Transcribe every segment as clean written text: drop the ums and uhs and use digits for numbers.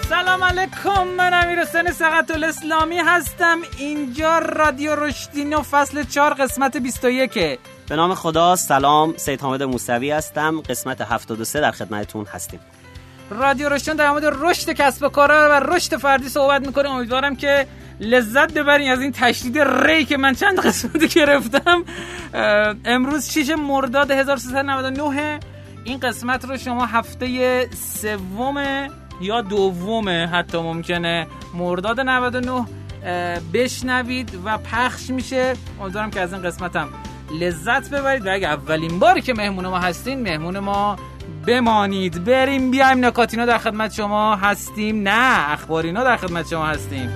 سلام علیکم، من امیرحسین سقط‌الاسلامی هستم. اینجا رادیو رشدینو فصل 4 قسمت 21. به نام خدا. سلام، سید حامد موسوی هستم. قسمت 73 در خدمتتون هستیم. رادیو رشدینو در مورد رشد کسب و کارها و رشد فردی صحبت می‌کنه. امیدوارم که لذت ببرین از این تشدید ری که من چند قسمتی گرفتم. امروز 6 مرداد 1399. این قسمت رو شما هفته سوم یا دومه حتی ممکنه مرداد 99 بشنوید و پخش میشه. امیدوارم که از این قسمت هم لذت ببرید و اگه اولین باری که مهمون ما هستین مهمون ما بمانید. بریم بیایم نکاتینا در خدمت شما هستیم، نه اخبارینا در خدمت شما هستیم.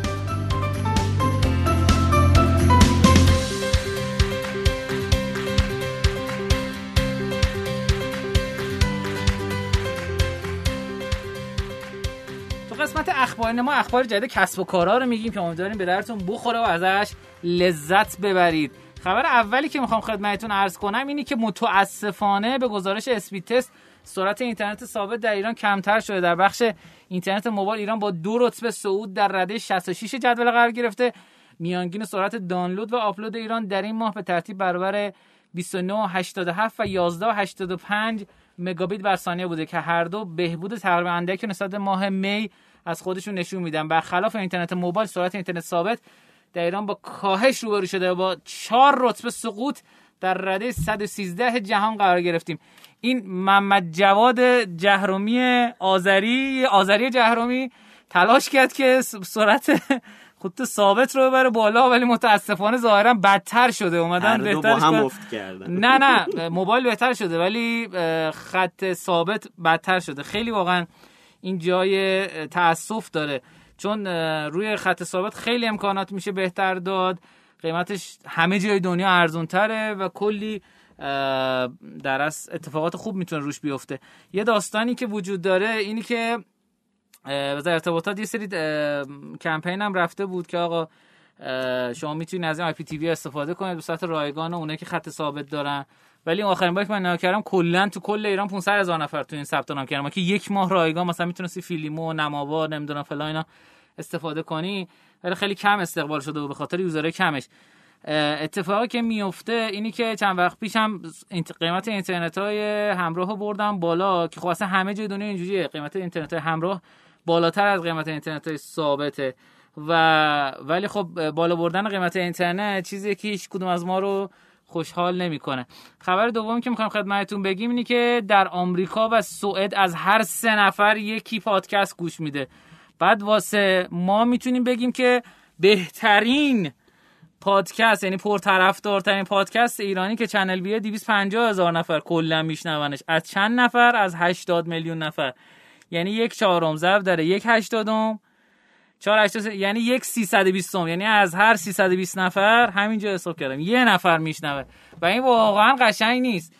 قسمت اخبار ما اخبار جدید کسب و کارها رو میگیم که امیدواریم به درتون بخوره و ازش لذت ببرید. خبر اولی که میخوام خدمتتون عرض کنم اینی که متاسفانه به گزارش اسپید تست سرعت اینترنت ثابت در ایران کمتر شده. در بخش اینترنت موبایل ایران با 2 رتبه صعود در رده 66 جدول قرار گرفته. میانگین سرعت دانلود و آپلود ایران در این ماه به ترتیب برابر 29.87 و 11.85 مگابیت بر ثانیه بوده که هر دو بهبود تقریبا اندکی نسبت ماه می از خودشون نشون میدن. برخلاف اینترنت موبایل سرعت اینترنت ثابت در ایران با کاهش روبرو شده و با 4 رتبه سقوط در رده 113 جهان قرار گرفتیم. این محمد جواد جهرومی آذری جهرومی تلاش کرد که سرعت خط ثابت رو ببره بالا ولی متاسفانه ظاهرا بدتر شده. اومدن بهترش کردن. نه موبایل بهتر شده ولی خط ثابت بدتر شده. خیلی واقعا این جای تأسف داره چون روی خط ثابت خیلی امکانات میشه بهتر داد، قیمتش همه جای دنیا ارزون تره و کلی در اصل اتفاقات خوب میتونه روش بیفته. یه داستانی که وجود داره اینی که وزارت ارتباطات یه سری کمپین هم رفته بود که آقا شما میتونید از این آی پی تی وی استفاده کنید به صورت رایگان و اونایی که خط ثابت دارن. ولی آخرین باری که من نگاه کردم کلا تو کل ایران 500,000 نفر تو این ثبت نام کردن که یک ماه رایگان مثلا میتونستی فیلمو و نماوا نمیدونم فلان اینا استفاده کنی، ولی خیلی کم استقبال شده و به خاطر یوزرای کمش. اتفاقی که میفته اینی که چند وقت پیشم قیمت اینترنت‌های همراه بردم بالا که خب اصلا همه جای دنیا اینجوریه، قیمت اینترنت‌های همراه بالاتر از قیمت اینترنت‌های ثابته ولی خب بالا بردن قیمت اینترنت چیزی که هیچ کدوم از ما رو خوشحال نمیکنه. خبر دومی که میخوام خدمتتون بگیم اینی که در آمریکا و سوئد از هر 3 نفر یکی پادکست گوش میده. بعد واسه ما میتونیم بگیم که بهترین پادکست یعنی پرطرفدارترین پادکست ایرانی که چنل بیه 250,000 نفر کلا میشنونش. از چند نفر؟ از 80 میلیون نفر. یعنی 1/4 ضرب در 1/80 480 یعنی 1/320. یعنی از هر 320 نفر همینجا حساب کردم 1 نفر میشنوه و این واقعا قشنگ نیست.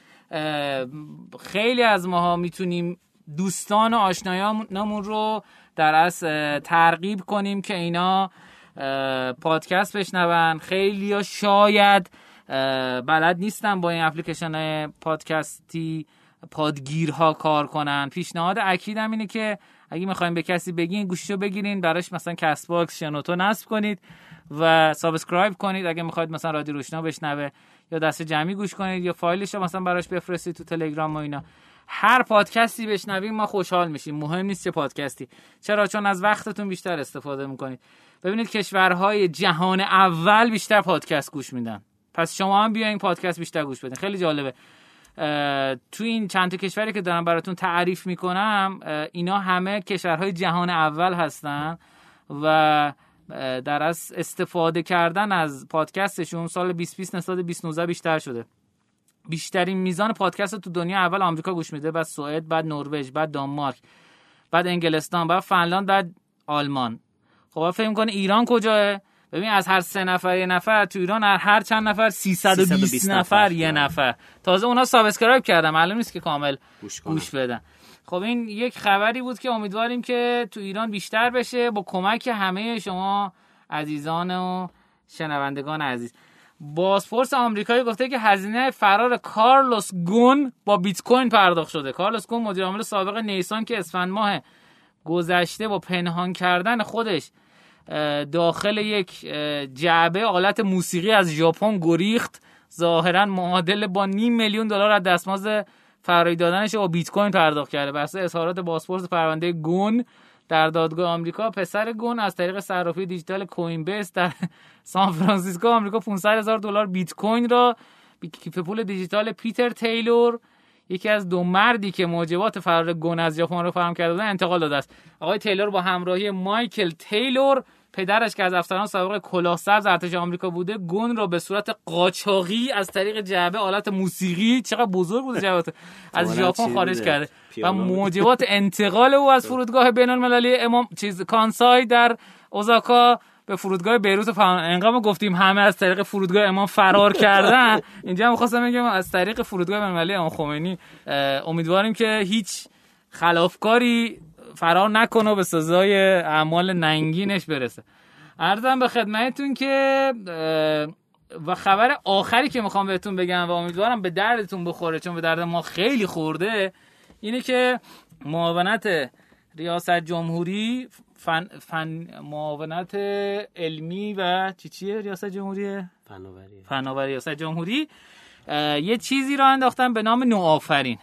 خیلی از ماها میتونیم دوستان و آشنایانمون رو در اصل ترغیب کنیم که اینا پادکست بشنون. خیلی‌ها شاید بلد نیستن با این اپلیکیشن پادکستی پادگیرها کار کنن. پیشنهاد اکیدم اینه که اگه میخواین به کسی بگین گوشیشو بگیرین براش مثلا کست باکس شنوتو نصب کنید و سابسکرایب کنید. اگه میخواید مثلا رادیو روشنا بشنوه یا دست جمعی گوش کنید یا فایلشو مثلا براش بفرستید تو تلگرام و اینا. هر پادکستی بشنویم ما خوشحال میشیم، مهم نیست چه پادکستی. چرا؟ چون از وقتتون بیشتر استفاده میکنید. ببینید کشورهای جهان اول بیشتر پادکست گوش میدن، پس شما هم بیاین پادکست بیشتر گوش بدین. خیلی جالبه. تو این چند تا کشوری که دارم براتون تعریف میکنم اینا همه کشورهای جهان اول هستن و در از استفاده کردن از پادکستشون سال 2020 نسبت 2019 بیشتر شده. بیشترین میزان پادکست تو دنیا اول آمریکا گوش میده، بعد سوئد، بعد نروژ، بعد دانمارک، بعد انگلستان، بعد فنلاند، بعد آلمان. خب فکر می‌کنی ایران کجاه؟ ببین از هر 3 نفر یه نفر تو ایران هر چند نفر 320 نفر یه نفر. تازه اونا سابسکرایب کردن، معلوم نیست که کامل گوش بدن. خب این یک خبری بود که امیدواریم که تو ایران بیشتر بشه با کمک همه شما عزیزان و شنوندگان عزیز. بازپرس آمریکایی گفته که هزینه فرار کارلوس گون با بیت کوین پرداخت شده. کارلوس گون مدیر عامل سابق نیسان که اسفند ماه گذشته با پنهان کردن خودش داخل یک جعبه آلت موسیقی از ژاپن گریخت، ظاهرا معادل با $500,000 از دستمزد فراری دادنش با بیت کوین پرداخت کرده. بر اساس اظهارات بازپرس پرونده گون در دادگاه آمریکا، پسر گون از طریق صرافی دیجیتال کوین بیس در سان فرانسیسکو آمریکا $500,000 بیت کوین را به کیف پول دیجیتال پیتر تیلور، یکی از دو مردی که موجبات فرار گون از ژاپن رو فراهم کرده بودن، انتقال داده است. آقای تیلور با همراهی مایکل تیلور، پدرش که از افسران سابق کلاهسبز ارتش آمریکا بوده، گون را به صورت قاچاقی از طریق جعبه آلت موسیقی، چقدر بزرگ بود جعبه، از ژاپن خارج کرده و موجبات انتقال او از فرودگاه بین‌المللی کانسای در اوزاکا به فرودگاه بیروت انقام گفتیم همه از طریق فرودگاه امام فرار کردن. اینجا هم خواستم بگم از طریق فرودگاه بین‌المللی امام خمینی. امیدواریم که هیچ خلافکاری فرار نکنه و به سزای اعمال ننگینش برسه. عرضم به خدمتتون که و خبر آخری که میخوام بهتون بگم و امیدوارم به دردتون بخوره چون به درد ما خیلی خورده، اینه که معاونت ریاست جمهوری معاونت علمی و چیه ریاست جمهوری؟ فناوری ریاست جمهوری یه چیزی را انداختن به نام نوآفرین.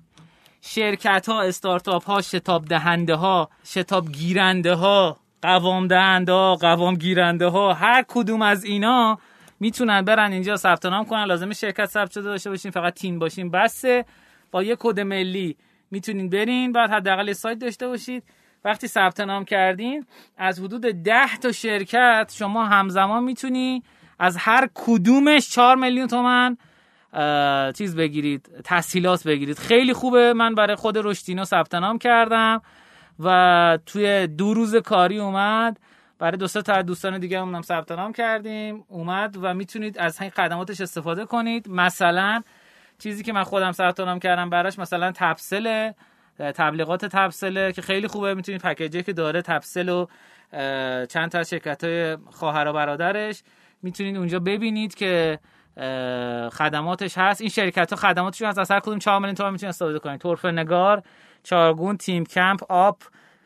شرکت ها، استارتاپ ها، شتاب دهنده ها، شتاب گیرنده ها، قوام دهنده ها، قوام گیرنده ها، هر کدوم از اینا میتونن برن اینجا ثبت نام کنن. لازمه شرکت ثبت شده داشته باشین، فقط تیم باشین بسه. با یه کد ملی میتونین برین، بعد حداقل سایت داشته باشید. وقتی ثبت نام کردین از حدود 10 تا شرکت شما همزمان میتونی از هر کدومش 4 میلیون تومان چیز بگیرید، تسهیلات بگیرید. خیلی خوبه. من برای خود رشدینو ثبت نام کردم و توی 2 روز کاری اومد. برای 2 تا دوستان دیگه هم ثبت نام کردیم، اومد و میتونید از این خدماتش استفاده کنید. مثلا چیزی که من خودم ثبت نام کردم براش، مثلا تبسل، تبلیغات تبسل که خیلی خوبه. میتونید پکیجی که داره تبسل و چند تا شرکت‌های خواهر و برادرش میتونید اونجا ببینید که خدماتش هست. این شرکت‌ها خدماتشون از هر کدوم 4 میلیون تومان میتونید استفاده کنید. طرفه نگار، چارگون، تیم کمپ، آپ،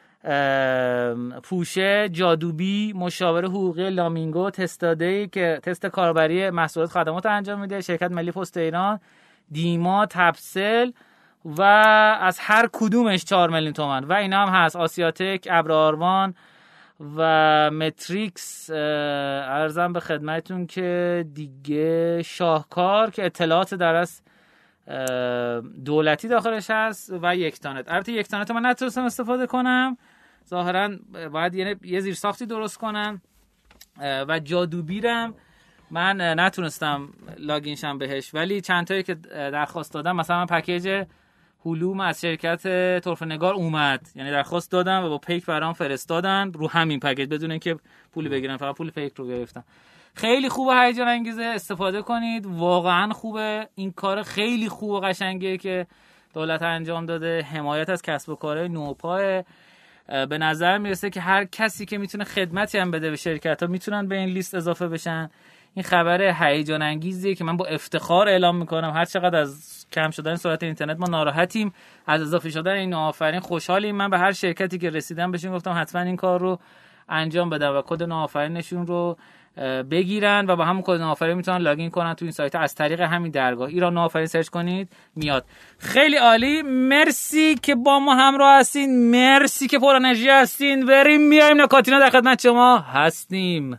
پوشه، جادوبی، مشاور حقوقی لامینگو، تستاده‌ای که تست کاربری محصولات خدمات انجام میده، شرکت ملی پست ایران، دیما، تبسل و از هر کدومش 4 میلیون تومان و اینا هم هست. آسیاتک، ابراروان و متریکس. عرضم به خدمتون که دیگه شاهکار که اطلاعات درست دولتی داخلش هست و یکتانت. البته یکتانت من نتونستم استفاده کنم، ظاهرا باید یه زیرساختی درست کنم و جادوبیرم من نتونستم لاگین شم بهش، ولی چند تایی که درخواست دادم، مثلا من پکیج هلوم از شرکت طرفه نگار اومد، یعنی درخواست دادم و با پیک برام فرستادن رو همین پکیج بدون اینکه پولی بگیرن، فقط پول پیک رو گرفتم. خیلی خوبه، هیجان انگیزه، استفاده کنید، واقعا خوبه. این کار خیلی خوب و قشنگه که دولت انجام داده، حمایت از کسب و کارهای نوپا. به نظر میرسه که هر کسی که میتونه خدمتی هم بده به شرکت‌ها میتونن به این لیست اضافه بشن. این خبر هیجان انگیزیه که من با افتخار اعلام میکنم. هر چقدر از کم شدن سرعت اینترنت ما ناراحتیم، از اضافه شدن این نوآفرین خوشحالیم. من به هر شرکتی که رسیدم بهشون گفتم حتما این کار رو انجام بدن و کد نوآفرینشون رو بگیرن و با همون کد نوآفرین میتونن لاگین کنن تو این سایت از طریق همین درگاه. ایران نوآفرین سرچ کنید میاد. خیلی عالی، مرسی که با ما همراه هستین، مرسی که پر انرژی هستین. بریم میایم نکاتینا در خدمت شما هستیم.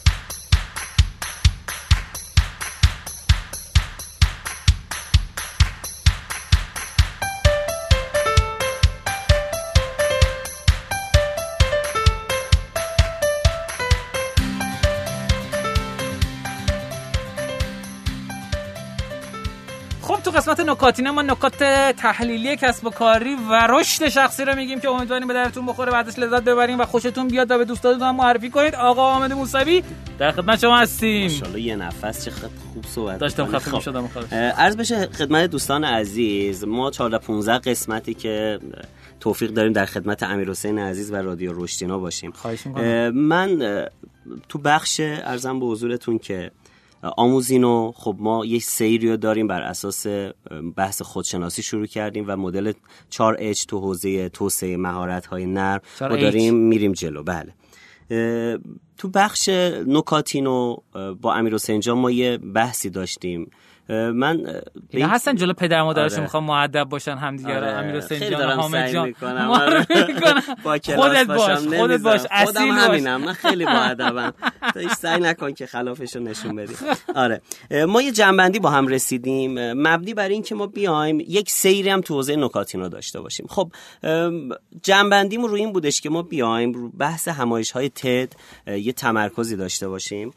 تو قسمت نکاتینه ما نکات تحلیلی کسب و کاری و رشد شخصی رو میگیم که امیدواریم به درتون بخوره، بعدش لذت ببریم و خوشتون بیاد و به دوستاتون هم معرفی کنید. آقا حامد موسوی در خدمت شما هستیم. ان شاءالله یه نفس چه خوب صحبت داشتم، خفه می‌شدم. عرض بشه خدمت دوستان عزیز، ما 14-15 قسمتی که توفیق داریم در خدمت امیرحسین عزیز و رادیو رشدینا باشیم. خواهش می‌کنم. من تو بخش عرضم به حضورتون که آموزین و خب ما یه سیری رو داریم بر اساس بحث خودشناسی شروع کردیم و مدل 4H تو حوزه توسعه مهارت‌های نرم ما داریم میریم جلو. بله تو بخش نکاتینو با امیرحسین جان ما یه بحثی داشتیم. من اینا هستن جلو پدر مادرشون میخوام مؤدب باشن همدیگه رو. امیرحسین جان حامد جان خودت باش اصیل همینم، من خیلی مؤدبم تو هیچ سعی نکن که خلافشو نشون بدی. آره ما یه جنبندی با هم رسیدیم مبنی بر این که ما بیایم یک سیری هم تو حوزه نکاتینو داشته باشیم. خب جنبندیمون روی این بودش که ما بیایم رو بحث همایش‌های تد یه تمرکزی داشته باشیم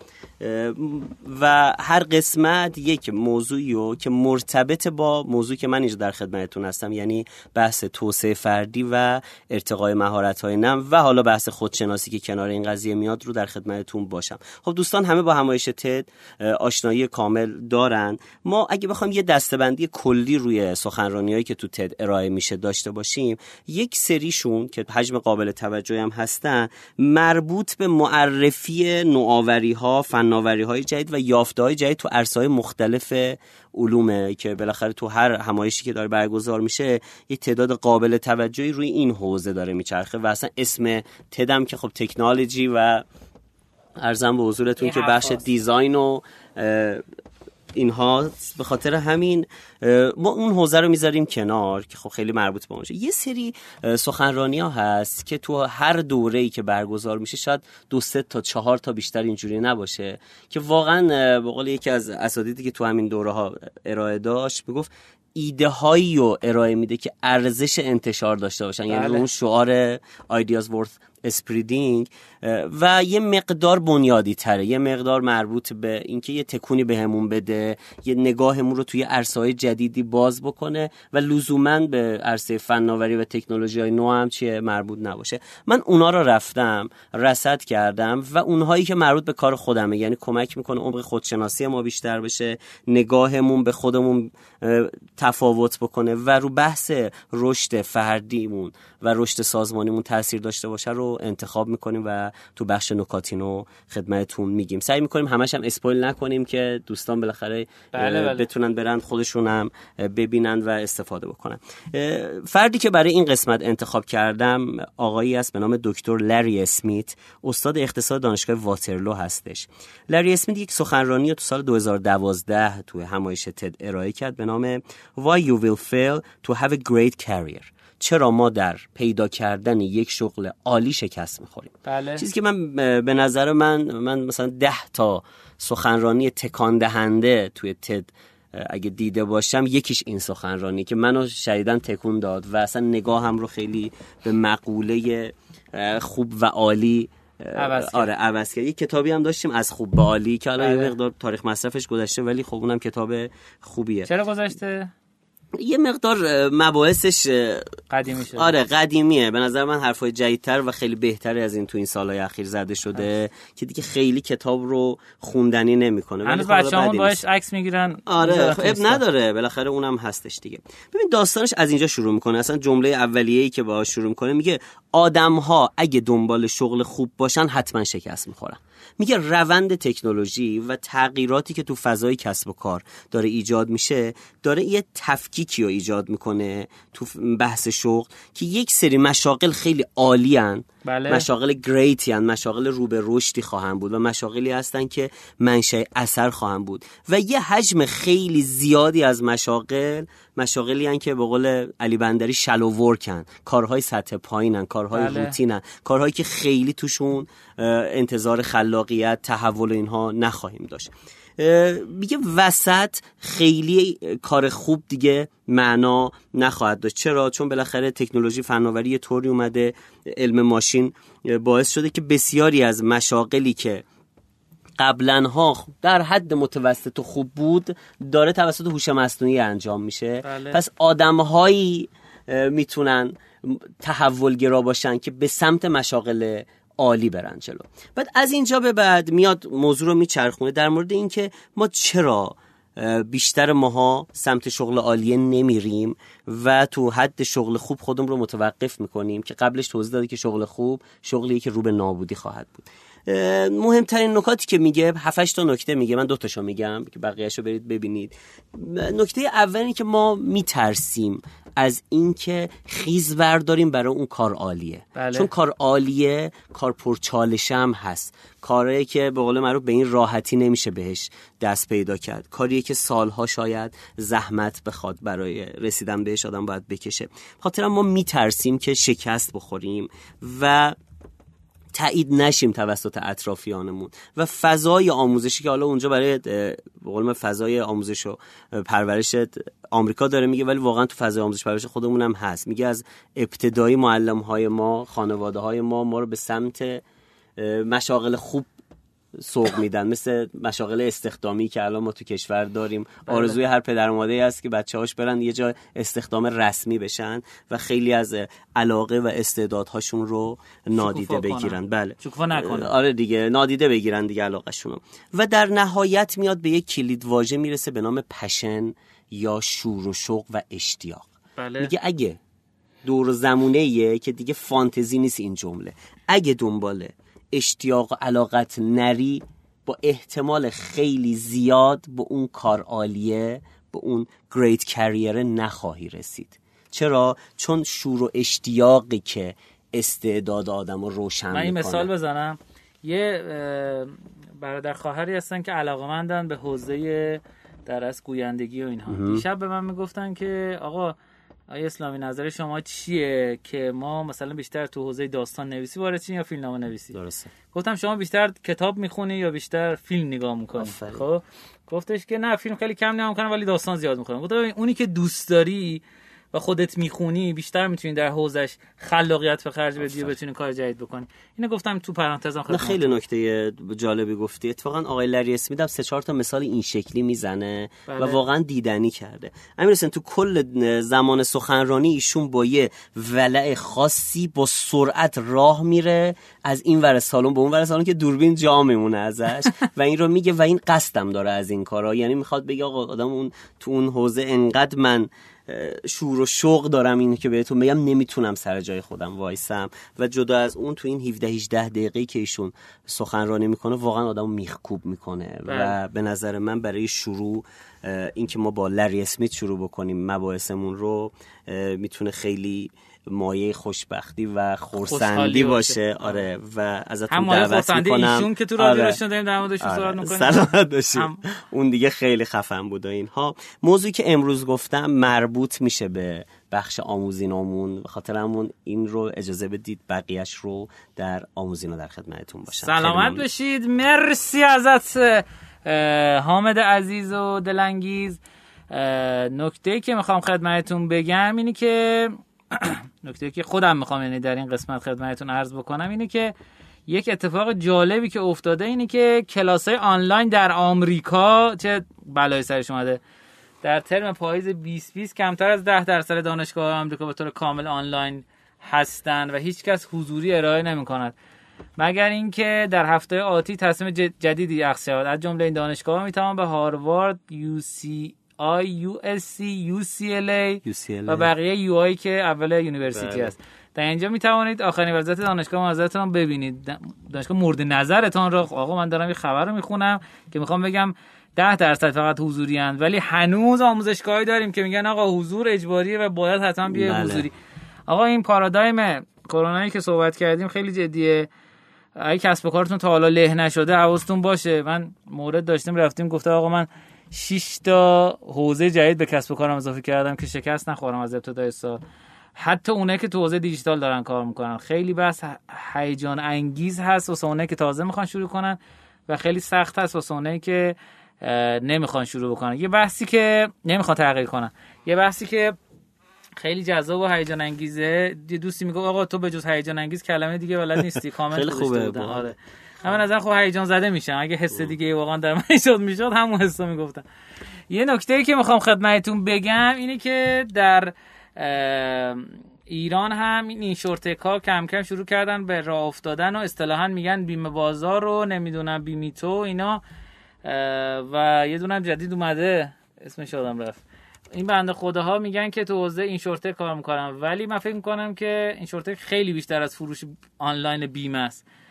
و هر قسمت یک موضوعیو که مرتبط با موضوعی که من اینجا در خدمتتون هستم، یعنی بحث توسعه فردی و ارتقای مهارت‌های نرم و حالا بحث خودشناسی که کنار این قضیه میاد رو در خدمتتون باشم. خب دوستان همه با همایش تد آشنایی کامل دارن. ما اگه بخوایم یه دسته‌بندی کلی روی سخنرانی‌هایی که تو تد ارائه میشه داشته باشیم، یک سریشون که حجم قابل توجهی هم هستن مربوط به معرفی نوآوری‌ها، فناوری‌های جدید و یافته‌های جدید تو عرصه‌های مختلف علومه که بالاخره تو هر همایشی که داره برگزار میشه یک تعداد قابل توجهی روی این حوزه داره میچرخه و اصلا اسم تدم که خب تکنولوژی و عرضم به حضورتون که بخش دیزاین و اینها، به خاطر همین ما اون حوزه رو میذاریم کنار که خب خیلی مربوط به اونشه. یه سری سخنرانی ها هست که تو هر دوره‌ای که برگزار میشه شاید 2-3 تا 4 تا بیشتر اینجوری نباشه که واقعا به قول یکی از اساتیدی که تو همین دوره ها ارائه داشت میگفت ایده هایی رو ارائه میده که ارزش انتشار داشته باشن. یعنی اون شعار ideas worth spreading و یه مقدار بنیادی تره، یه مقدار مربوط به اینکه یه تکونی بهمون بده، یه نگاهمون رو توی عرصه‌های جدیدی باز بکنه و لزوماً به عرصه فناوری و تکنولوژی‌های نو هم چیه مربوط نباشه. من اونا رو رفتم رصد کردم و اونهایی که مربوط به کار خودمه، یعنی کمک میکنه عمق خودشناسی ما بیشتر بشه، نگاهمون به خودمون تفاوت بکنه و رو بحث رشد فردیمون و رشد سازمانیمون تاثیر داشته باشه رو انتخاب میکنیم و تو بخش نکاتینو خدمتتون میگیم. سعی میکنیم همش هم اسپویل نکنیم که دوستان بالاخره بتونن برن خودشون هم ببینن و استفاده بکنن. فردی که برای این قسمت انتخاب کردم آقایی است به نام دکتر لری اسمیت، استاد اقتصاد دانشگاه واترلو هستش. لری اسمیت یک سخنرانی تو سال 2012 تو همایش تد ارائه کرد به نام Why You Will Fail to Have a Great Career. چرا ما در پیدا کردن یک شغل عالی شکست میخوریم. بله. چیزی که من به نظر من مثلا 10 تا سخنرانی تکان دهنده توی تد اگه دیده باشم یکیش این سخنرانی که منو شدیداً تکون داد و اصلا نگاهم رو خیلی به مقوله خوب و عالی عوض کرد. یک کتابی هم داشتیم از خوب به عالی که الان یه مقدار تاریخ مصرفش گذشته ولی خب اونم کتاب خوبیه. چرا گذشته؟ یه مقدار مباحثش قدیمی شده. آره قدیمیه. به نظر من حرفای جدیدتر و خیلی بهتری از این تو این سالهای اخیر زده شده که دیگه خیلی کتاب رو خوندنی نمیکنه. هنوز بچه‌ها باهاش عکس میگیرن. آره اب نداره، بالاخره اونم هستش دیگه. ببین داستانش از اینجا شروع میکنه. اصلا جمله اولیه‌ای که باهاش شروع میکنه میگه آدم‌ها اگه دنبال شغل خوب باشن حتما شکست میخورن. میگه روند تکنولوژی و تغییراتی که تو فضای کسب و کار داره ایجاد میشه داره یه تفکیکی رو ایجاد میکنه تو بحث شغل که یک سری مشاغل خیلی عالی هن. بله. مشاغل گریتی هن، مشاغل رو به رشدی خواهند بود و مشاغلی هستن که منشأ اثر خواهند بود و یه حجم خیلی زیادی از مشاغلی هن که به قول علی بندری شلو ورکن، کارهای سطح پایینن، کارهای روتینن، کارهایی که خیلی توشون انتظار خلاقیت، تحول و اینها نخواهیم داشت. میگه وسط خیلی کار خوب دیگه معنا نخواهد داشت. چرا؟ چون بالاخره تکنولوژی فناوری یه طوری اومده، علم ماشین باعث شده که بسیاری از مشاغلی که قبلنها در حد متوسط و خوب بود داره توسط هوش مصنوعی انجام میشه. بله. پس آدم‌هایی میتونن تحولگرا باشن که به سمت مشاغل عالی برن جلو. بعد از اینجا به بعد میاد موضوع رو میچرخونه در مورد این که ما چرا بیشتر ماها سمت شغل عالیه نمیریم و تو حد شغل خوب خودمون رو متوقف میکنیم که قبلش توضیح داده که شغل خوب شغلیه که رو به نابودی خواهد بود. مهمترین نکاتی که میگه 7-8 تا نکته میگه، من 2 تاشو میگم که بقیه‌شو برید ببینید. نکته اولی که ما میترسیم از این که خیز برداریم برای اون کار عالیه. بله. چون کار عالیه، کار پرچالشم هست، کاری که به قول معروف به این راحتی نمیشه بهش دست پیدا کرد، کاریه که سالها شاید زحمت بخواد برای رسیدن بهش آدم باید بکشه. خاطر ما میترسیم که شکست بخوریم و تایید نشیم توسط اطرافیانمون و فضای آموزشی که حالا اونجا برای به قول فضای آموزش و پرورش آمریکا داره میگه، ولی واقعا تو فضای آموزش پرورش خودمون هم هست. میگه از ابتدایی معلم‌های ما، خانواده‌های ما رو به سمت مشاغل خوب سوق میدن، مثل مشاغل استخدامی که الان ما تو کشور داریم. آرزوی هر پدر و مادری است که بچه‌هاش برن یه جای استخدام رسمی بشن و خیلی از علاقه و استعدادهاشون رو نادیده بگیرن. بله، شکوفا نکنن. آره دیگه، نادیده بگیرن دیگه علاقه‌شون. و در نهایت میاد به یک کلید واژه میرسه به نام پشن یا شور و شوق و اشتیاق. بله. میگه اگه دور زمونه‌ایه که دیگه فانتزی نیست این جمله، اگه دنباله اشتیاق و علاقت نری، با احتمال خیلی زیاد به اون کار عالیه، به اون گریت کریر نخواهی رسید. چرا؟ چون شور و اشتیاقی که استعداد آدم رو روشن میکنه. من این مثال بزنم، یه برادر خواهری هستن که علاقه‌مندن به حوزه در از گویندگی و اینها. دیشب به من میگفتن که آقا آیا اسلامی نظر شما چیه که ما مثلا بیشتر تو حوزه داستان نویسی وارد شیم یا فیلمنامه نویسی؟ درسته. گفتم شما بیشتر کتاب میخونی یا بیشتر فیلم نگاه میکنی؟ خب گفتش که نه، فیلم خیلی کم نگاه میکنم ولی داستان زیاد میخونم. گفتم اونی که دوست داری و خودت میخونی بیشتر میتونی در حوزش خلاقیت به خرج بدی و بتونی کار جدید بکنی. اینو گفتم تو پرانتزم خدمت. خیلی نکته جالبی گفتی. اتفاقا آقای لری اسمیت هم 3-4 تا مثال این شکلی میزنه. بله. و واقعا دیدنی کرده. امیرحسین تو کل زمان سخنرانی ایشون با یه ولع خاصی با سرعت راه میره از این ور سالن به اون ور سالن که دوربین جا میمونه ازش و این رو میگه و این قصدم داره از این کارا، یعنی میخواد بگه آقا آدم اون تو اون حوزه انقدر من شور و شوق دارم اینو که بهتون بگم نمیتونم سر جای خودم وایسم. و جدا از اون تو این 17-18 دقیقه‌ای که ایشون سخنرانی میکنه واقعا آدمو میخکوب میکنه. و به نظر من برای شروع این که ما با لری اسمیت شروع بکنیم مباحثمون رو میتونه خیلی مایه خوشبختی و خرسندی باشه. آره و ازتون دعوت میکنم ایشون که تو رادیو روشن داریم در موردش صحبت میکنیم. سلامت باشید. اون دیگه خیلی خفن بود و اینها. موضوعی که امروز گفتم مربوط میشه به بخش آموزینامون، به خاطر همون این رو اجازه بدید بقیهش رو در آموزینا در خدمتتون باشم. سلامت باشید. مرسی ازت حامد عزیز و دلانگیز. نکته‌ای که میخوام خدمتتون بگم اینی که نکته‌ای که خودم میخوام یعنی در این قسمت خدمتتون عرض بکنم اینه که یک اتفاق جالبی که افتاده اینه که کلاس‌های آنلاین در آمریکا چه بلایی سرش اومده. در ترم پاییز 2020 کمتر از 10% دانشگاه‌های آمریکا به طور کامل آنلاین هستند و هیچ کس حضوری ارائه نمی‌کند، مگر اینکه در هفته آتی تصمیم جدیدی اخذ شود. از جمله این دانشگاه‌ها میتوان به هاروارد، USC، UCLA و بقیه UI که اول یونیورسیتی است. در اینجا میتوانید آخرین وضعیت دانشگاه معذرتون ببینید. دانشگاه مورد نظرتان را آقا من دارم یه خبر رو میخونم که میخوام بگم 10% فقط حضوری اند، ولی هنوز آموزشگاهی داریم که میگن آقا حضور اجباریه و باید حتما بیای حضوری. آقا این پارادایم کرونایی که صحبت کردیم خیلی جدیه. اگه کسب و کارتون تا حالا له نشده حواستون باشه. من مورد داشتیم رفتیم گفته آقا من 6 تا حوزه جدید به کسب و کارم اضافه کردم که شکست نخورم از ابتدای سال. حتی اونایی که تو حوزه دیجیتال دارن کار میکنن. خیلی بس هیجان انگیز هست واسه اونایی که تازه میخوان شروع کنن و خیلی سخت هست واسه اونایی که نمیخوان شروع بکنن. یه بحثی که نمیخوان تغییر کنن، یه بحثی که خیلی جذاب و هیجان انگیزه. یه دوستی میگه آقا تو به جز هیجان انگیز کلمه دیگه بلد نیستی. کامنت گذاشته بودن. آره من نظر خب هیجان زده میشم. اگه حس دیگه واقعا در من ایجاد میشد همون حسو میگفتم. یه نکته‌ای که میخوام خدمتتون بگم اینه که در ایران هم این شورتک ها کم کم شروع کردن به راه افتادن و اصطلاحاً میگن بیمه بازار رو نمیدونم بیمیتو اینا و یه دونه جدید اومده اسمش یادم رفت. این بنده خداها میگن که تو حوزه این شورتک کار میکنن، ولی من فکر میکنم که این شورتک خیلی بیشتر از فروش آنلاین بیمه است.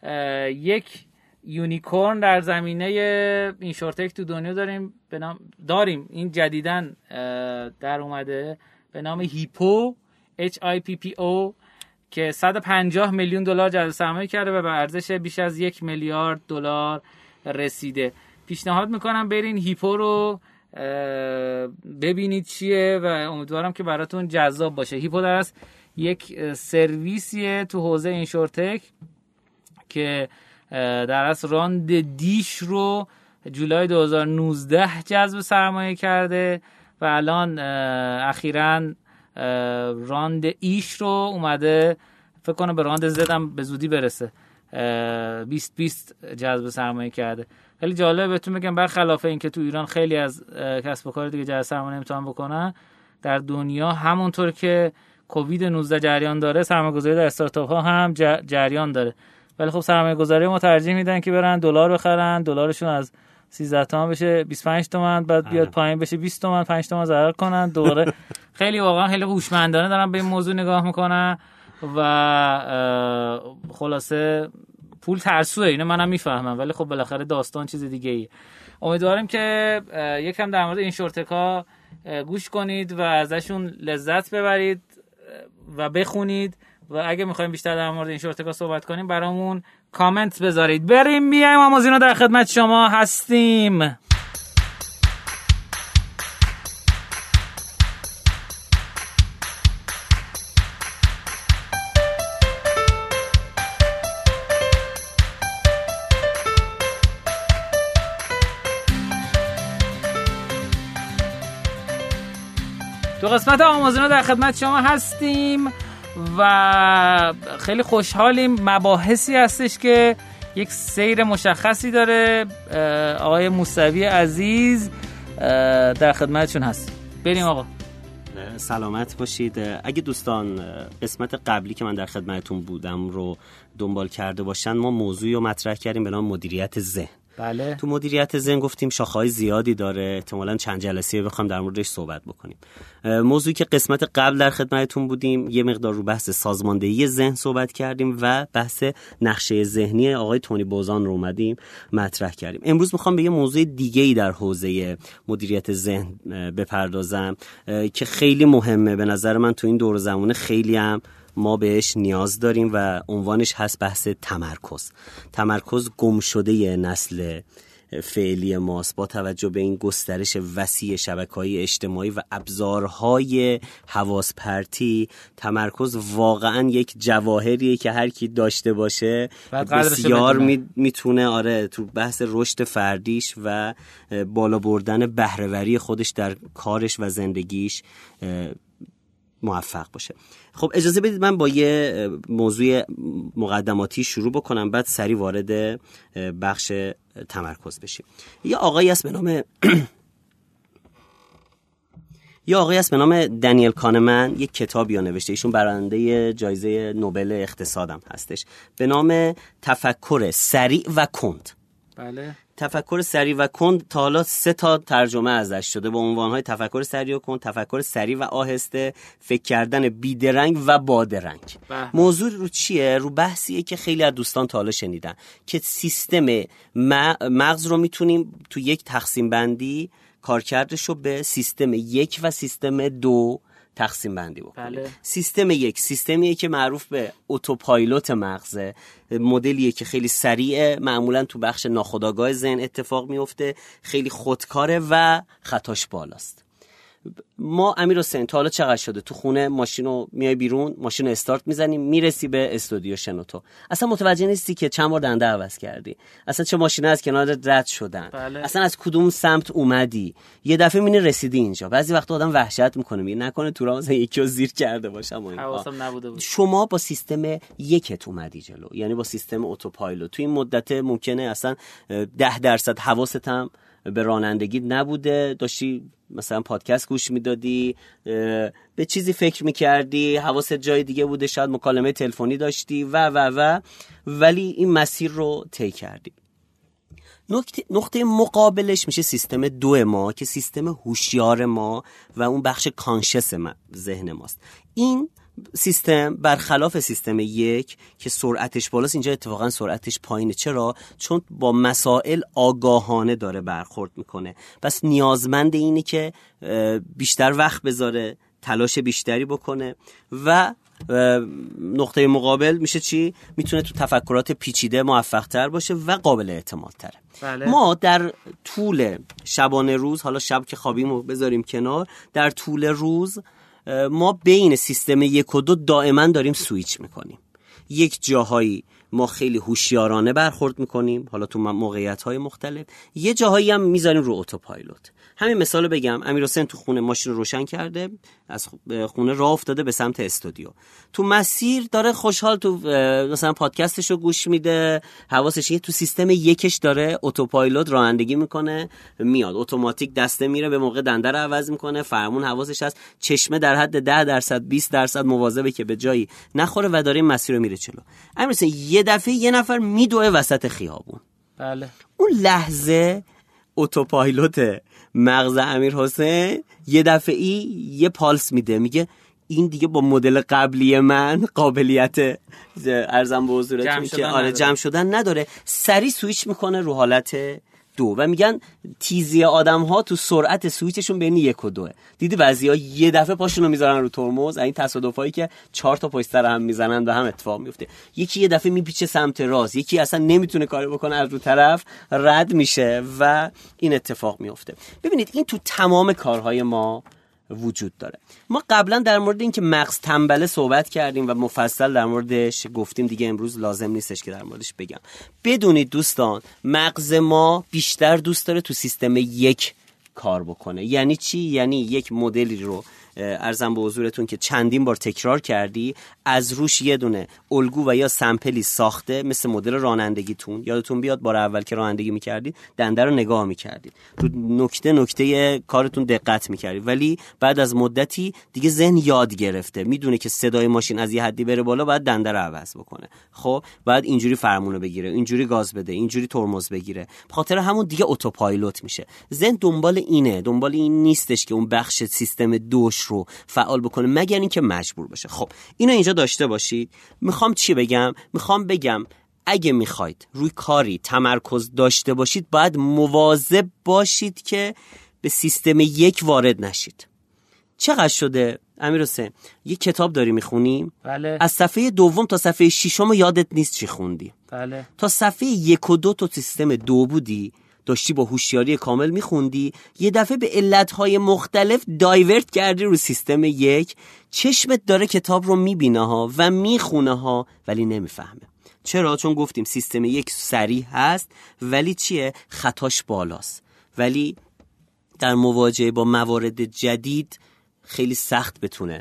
یک یونیکورن در زمینه اینشورتک تو دنیا داریم این جدیداً در اومده به نام هیپو HIPPO که 150 میلیون دلار جذب سرمایه کرده و به ارزش بیش از 1 میلیارد دلار رسیده. پیشنهاد میکنم برین هیپو رو ببینید چیه و امیدوارم که براتون جذاب باشه. هیپو در اصل یک سرویسیه تو حوزه اینشورتک که در اصل راند دیش رو جولای 2019 جذب سرمایه کرده و الان اخیراً راند ایش رو اومده، فکر کنم به راند زد هم به زودی برسه، 2020 جذب سرمایه کرده. خیلی جالبه بهتون بگم برخلاف این که تو ایران خیلی از کسب و کار دیگه جذب سرمایه نمیتونن بکنن، در دنیا همونطور که کووید 19 جریان داره سرمایه‌گذاری در استارتاپ ها هم جریان داره. ولی خب سرمایه‌گذاری ما ترجیح میدن که برن دلار بخرن، دلارشون از 13 تومن بشه 25 تومن، بعد بیاد پایین بشه 20 تومن، 5 تومن ضرر کنن دوره. خیلی واقعا خیلی هوشمندانه دارن به این موضوع نگاه میکنن و خلاصه پول ترسوه، اینو منم میفهمم، ولی خب بالاخره داستان چیز دیگه ایه. امیدواریم که یکم در مورد این شورتکا گوش کنید و ازشون لذت ببرید و بخونید و اگه میخوایم بیشتر در مورد این شورتکا صحبت کنیم برامون کامنت بذارید. بریم میایم آمازینا در خدمت شما هستیم. تو قسمت آمازینا در خدمت شما هستیم و خیلی خوشحالیم. مباحثی هستش که یک سیر مشخصی داره. آقای موسوی عزیز در خدمتشون هست. بریم آقا. سلامت باشید. اگه دوستان قسمت قبلی که من در خدمتتون بودم رو دنبال کرده باشن، ما موضوعی رو مطرح کردیم به نام مدیریت ذهن. بله. تو مدیریت ذهن گفتیم شاخه‌های زیادی داره، احتمالاً چند جلسه بخوام در موردش صحبت بکنیم. موضوعی که قسمت قبل در خدمتتون بودیم یه مقدار رو بحث سازماندهی ذهن صحبت کردیم و بحث نقشه ذهنی آقای تونی بوزان رو اومدیم مطرح کردیم. امروز میخوام به یه موضوع دیگه‌ای در حوزه مدیریت ذهن بپردازم که خیلی مهمه به نظر من تو این دور زمان، خیلی هم ما بهش نیاز داریم و عنوانش هست بحث تمرکز. تمرکز گم شده نسل فعلی ماست با توجه به این گسترش وسیع شبکه‌های اجتماعی و ابزارهای حواس پرتی. تمرکز واقعا یک جواهریه که هر کی داشته باشه بسیار میتونه تو بحث رشد فردیش و بالا بردن بهره‌وری خودش در کارش و زندگیش موفق باشه. خب اجازه بدید من با یه موضوع مقدماتی شروع بکنم، بعد سریع وارد بخش تمرکز بشیم. یه آقایی هست به نام دنیل کانمن، یک کتابی رو نوشته. ایشون برنده جایزه نوبل اقتصادم هستش به نام تفکر سریع و کند. بله. تفکر سریع و کند. تا حالا 3 تا ترجمه ازش شده با عنوانهای تفکر سریع و کند، تفکر سریع و آهسته، فکر کردن بیدرنگ و بادرنگ. موضوع رو چیه؟ رو بحثیه که خیلی از دوستان تا حالا شنیدن که سیستم مغز رو میتونیم تو یک تقسیم بندی کارکردش رو به سیستم 1 و سیستم 2 تقسیم بندی بکنیم. بله. سیستم 1 سیستمیه که معروف به اتوپایلوت مغزه، مدلیه که خیلی سریعه، معمولا تو بخش ناخودآگاه ذهن اتفاق میفته، خیلی خودکاره و خطاش بالاست. ما امیر حسین تا حالا چقدر شده تو خونه ماشینو میای بیرون، ماشینو استارت میزنی، میرسی به استودیو شنوتو، اصلا متوجه نیستی که چند بار دنده عوض کردی، اصلا چه ماشینا از کنار رد شدن. بله. اصلا از کدوم سمت اومدی، یه دفعه میبینی رسیدی اینجا. بعضی وقتا آدم وحشت میکنه، میگه نکنه تو راه مثلا یکی رو زیر کرده باشم. حواسم نبوده بود. شما با سیستم 1 اومدی جلو، یعنی با سیستم اتوپایلوت. تو این مدت ممکنه اصلا 10% حواست هم به رانندگی نبوده، داشتی مثلا پادکست گوش میدادی، به چیزی فکر میکردی، حواست جای دیگه بوده، شاید مکالمه تلفنی داشتی و ولی این مسیر رو طی کردی. نقطه مقابلش میشه سیستم 2 ما که سیستم هوشیار ما و اون بخش کانشس ذهن ماست. این سیستم برخلاف سیستم 1 که سرعتش بالاست، اینجا اتفاقا سرعتش پایینه. چرا؟ چون با مسائل آگاهانه داره برخورد میکنه، پس نیازمند اینه که بیشتر وقت بذاره، تلاش بیشتری بکنه و نقطه مقابل میشه چی؟ میتونه تو تفکرات پیچیده موفق تر باشه و قابل اعتماد تره. بله. ما در طول شبانه روز، حالا شب که خوابیمو بذاریم کنار، در طول روز ما بین سیستم 1 و 2 دائما داریم سویچ میکنیم. یک جاهایی ما خیلی هوشیارانه برخورد میکنیم، حالا تو موقعیت‌های مختلف، یه جاهایی هم میذاریم رو اتوپایلوت. همین مثالو بگم، امیرحسین تو خونه ماشین رو روشن کرده، از خونه راه افتاده به سمت استودیو، تو مسیر داره خوشحال تو مثلا پادکستشو گوش میده، حواسش تو سیستم 1 داره اتوپایلوت رانندگی میکنه، میاد اتوماتیک دسته میره، به موقع دنده رو عوض میکنه، فرمون حواسش هست، چشمه در حد 10% 20% مواظبه که به جایی نخوره و داره این مسیر رو میره جلو. امیرحسین یه دفعه یه نفر میدوه وسط خیابون. بله. اون لحظه اتوپایلوت مغز امیرحسین یه دفعه‌ای یه پالس میده، میگه این دیگه با مدل قبلی من قابلیت ارزم به حضورتون که جمع شدن نداره. سری سویچ میکنه رو حالت 2 و میگن تیزی آدم ها تو سرعت سویچشون بین 1 و 2. دیدی بعضیا یه دفعه پاشونو میذارن رو ترمز، این تصادفایی که 4 تا پشت سر هم میزنن و هم اتفاق میفته. یکی یه دفعه میپیچه سمت راست، یکی اصلا نمیتونه کاری بکنه، از رو طرف رد میشه و این اتفاق میفته. ببینید این تو تمام کارهای ما وجود داره. ما قبلا در مورد این که مغز تنبله صحبت کردیم و مفصل در موردش گفتیم، دیگه امروز لازم نیستش که در موردش بگم. بدونید دوستان، مغز ما بیشتر دوست داره تو سیستم 1 کار بکنه. یعنی چی؟ یعنی یک مدلی رو ارزم به حضورتون که چندین بار تکرار کردی، از روش یه دونه الگو و یا سمپلی ساخته، مثل مدل رانندگیتون. یادتون بیاد بار اول که رانندگی میکردید دنده رو نگاه میکردید، تو نکته کارتون دقت میکردید، ولی بعد از مدتی دیگه ذهن یاد گرفته، میدونه که صدای ماشین از یه حدی بره بالا باید دنده رو عوض بکنه، خب بعد اینجوری فرمونو بگیره، اینجوری گاز بده، اینجوری ترمز بگیره. به خاطر همون دیگه اتوپایلوت میشه. ذهن دنبال این نیستش که اون بخش سیستم 2 رو فعال بکنه مگر اینکه مجبور باشه. خب اینو اینجا داشته باشید. میخوام چی بگم؟ میخوام بگم اگه میخواید روی کاری تمرکز داشته باشید باید مواظب باشید که به سیستم 1 وارد نشید. چقدر شده امیرحسین یه کتاب داری میخونیم؟ بله. از صفحه 2 تا صفحه 6 یادت نیست چی خوندی. بله. تا صفحه 1 و 2 تو سیستم 2 بودی، داشتی با هوشیاری کامل میخوندی، یه دفعه به علتهای مختلف دایورت کردی رو سیستم 1، چشمت داره کتاب رو میبینه ها و میخونه ها ولی نمیفهمه. چرا؟ چون گفتیم سیستم 1 سریع هست ولی چیه؟ خطاش بالاست، ولی در مواجهه با موارد جدید خیلی سخت بتونه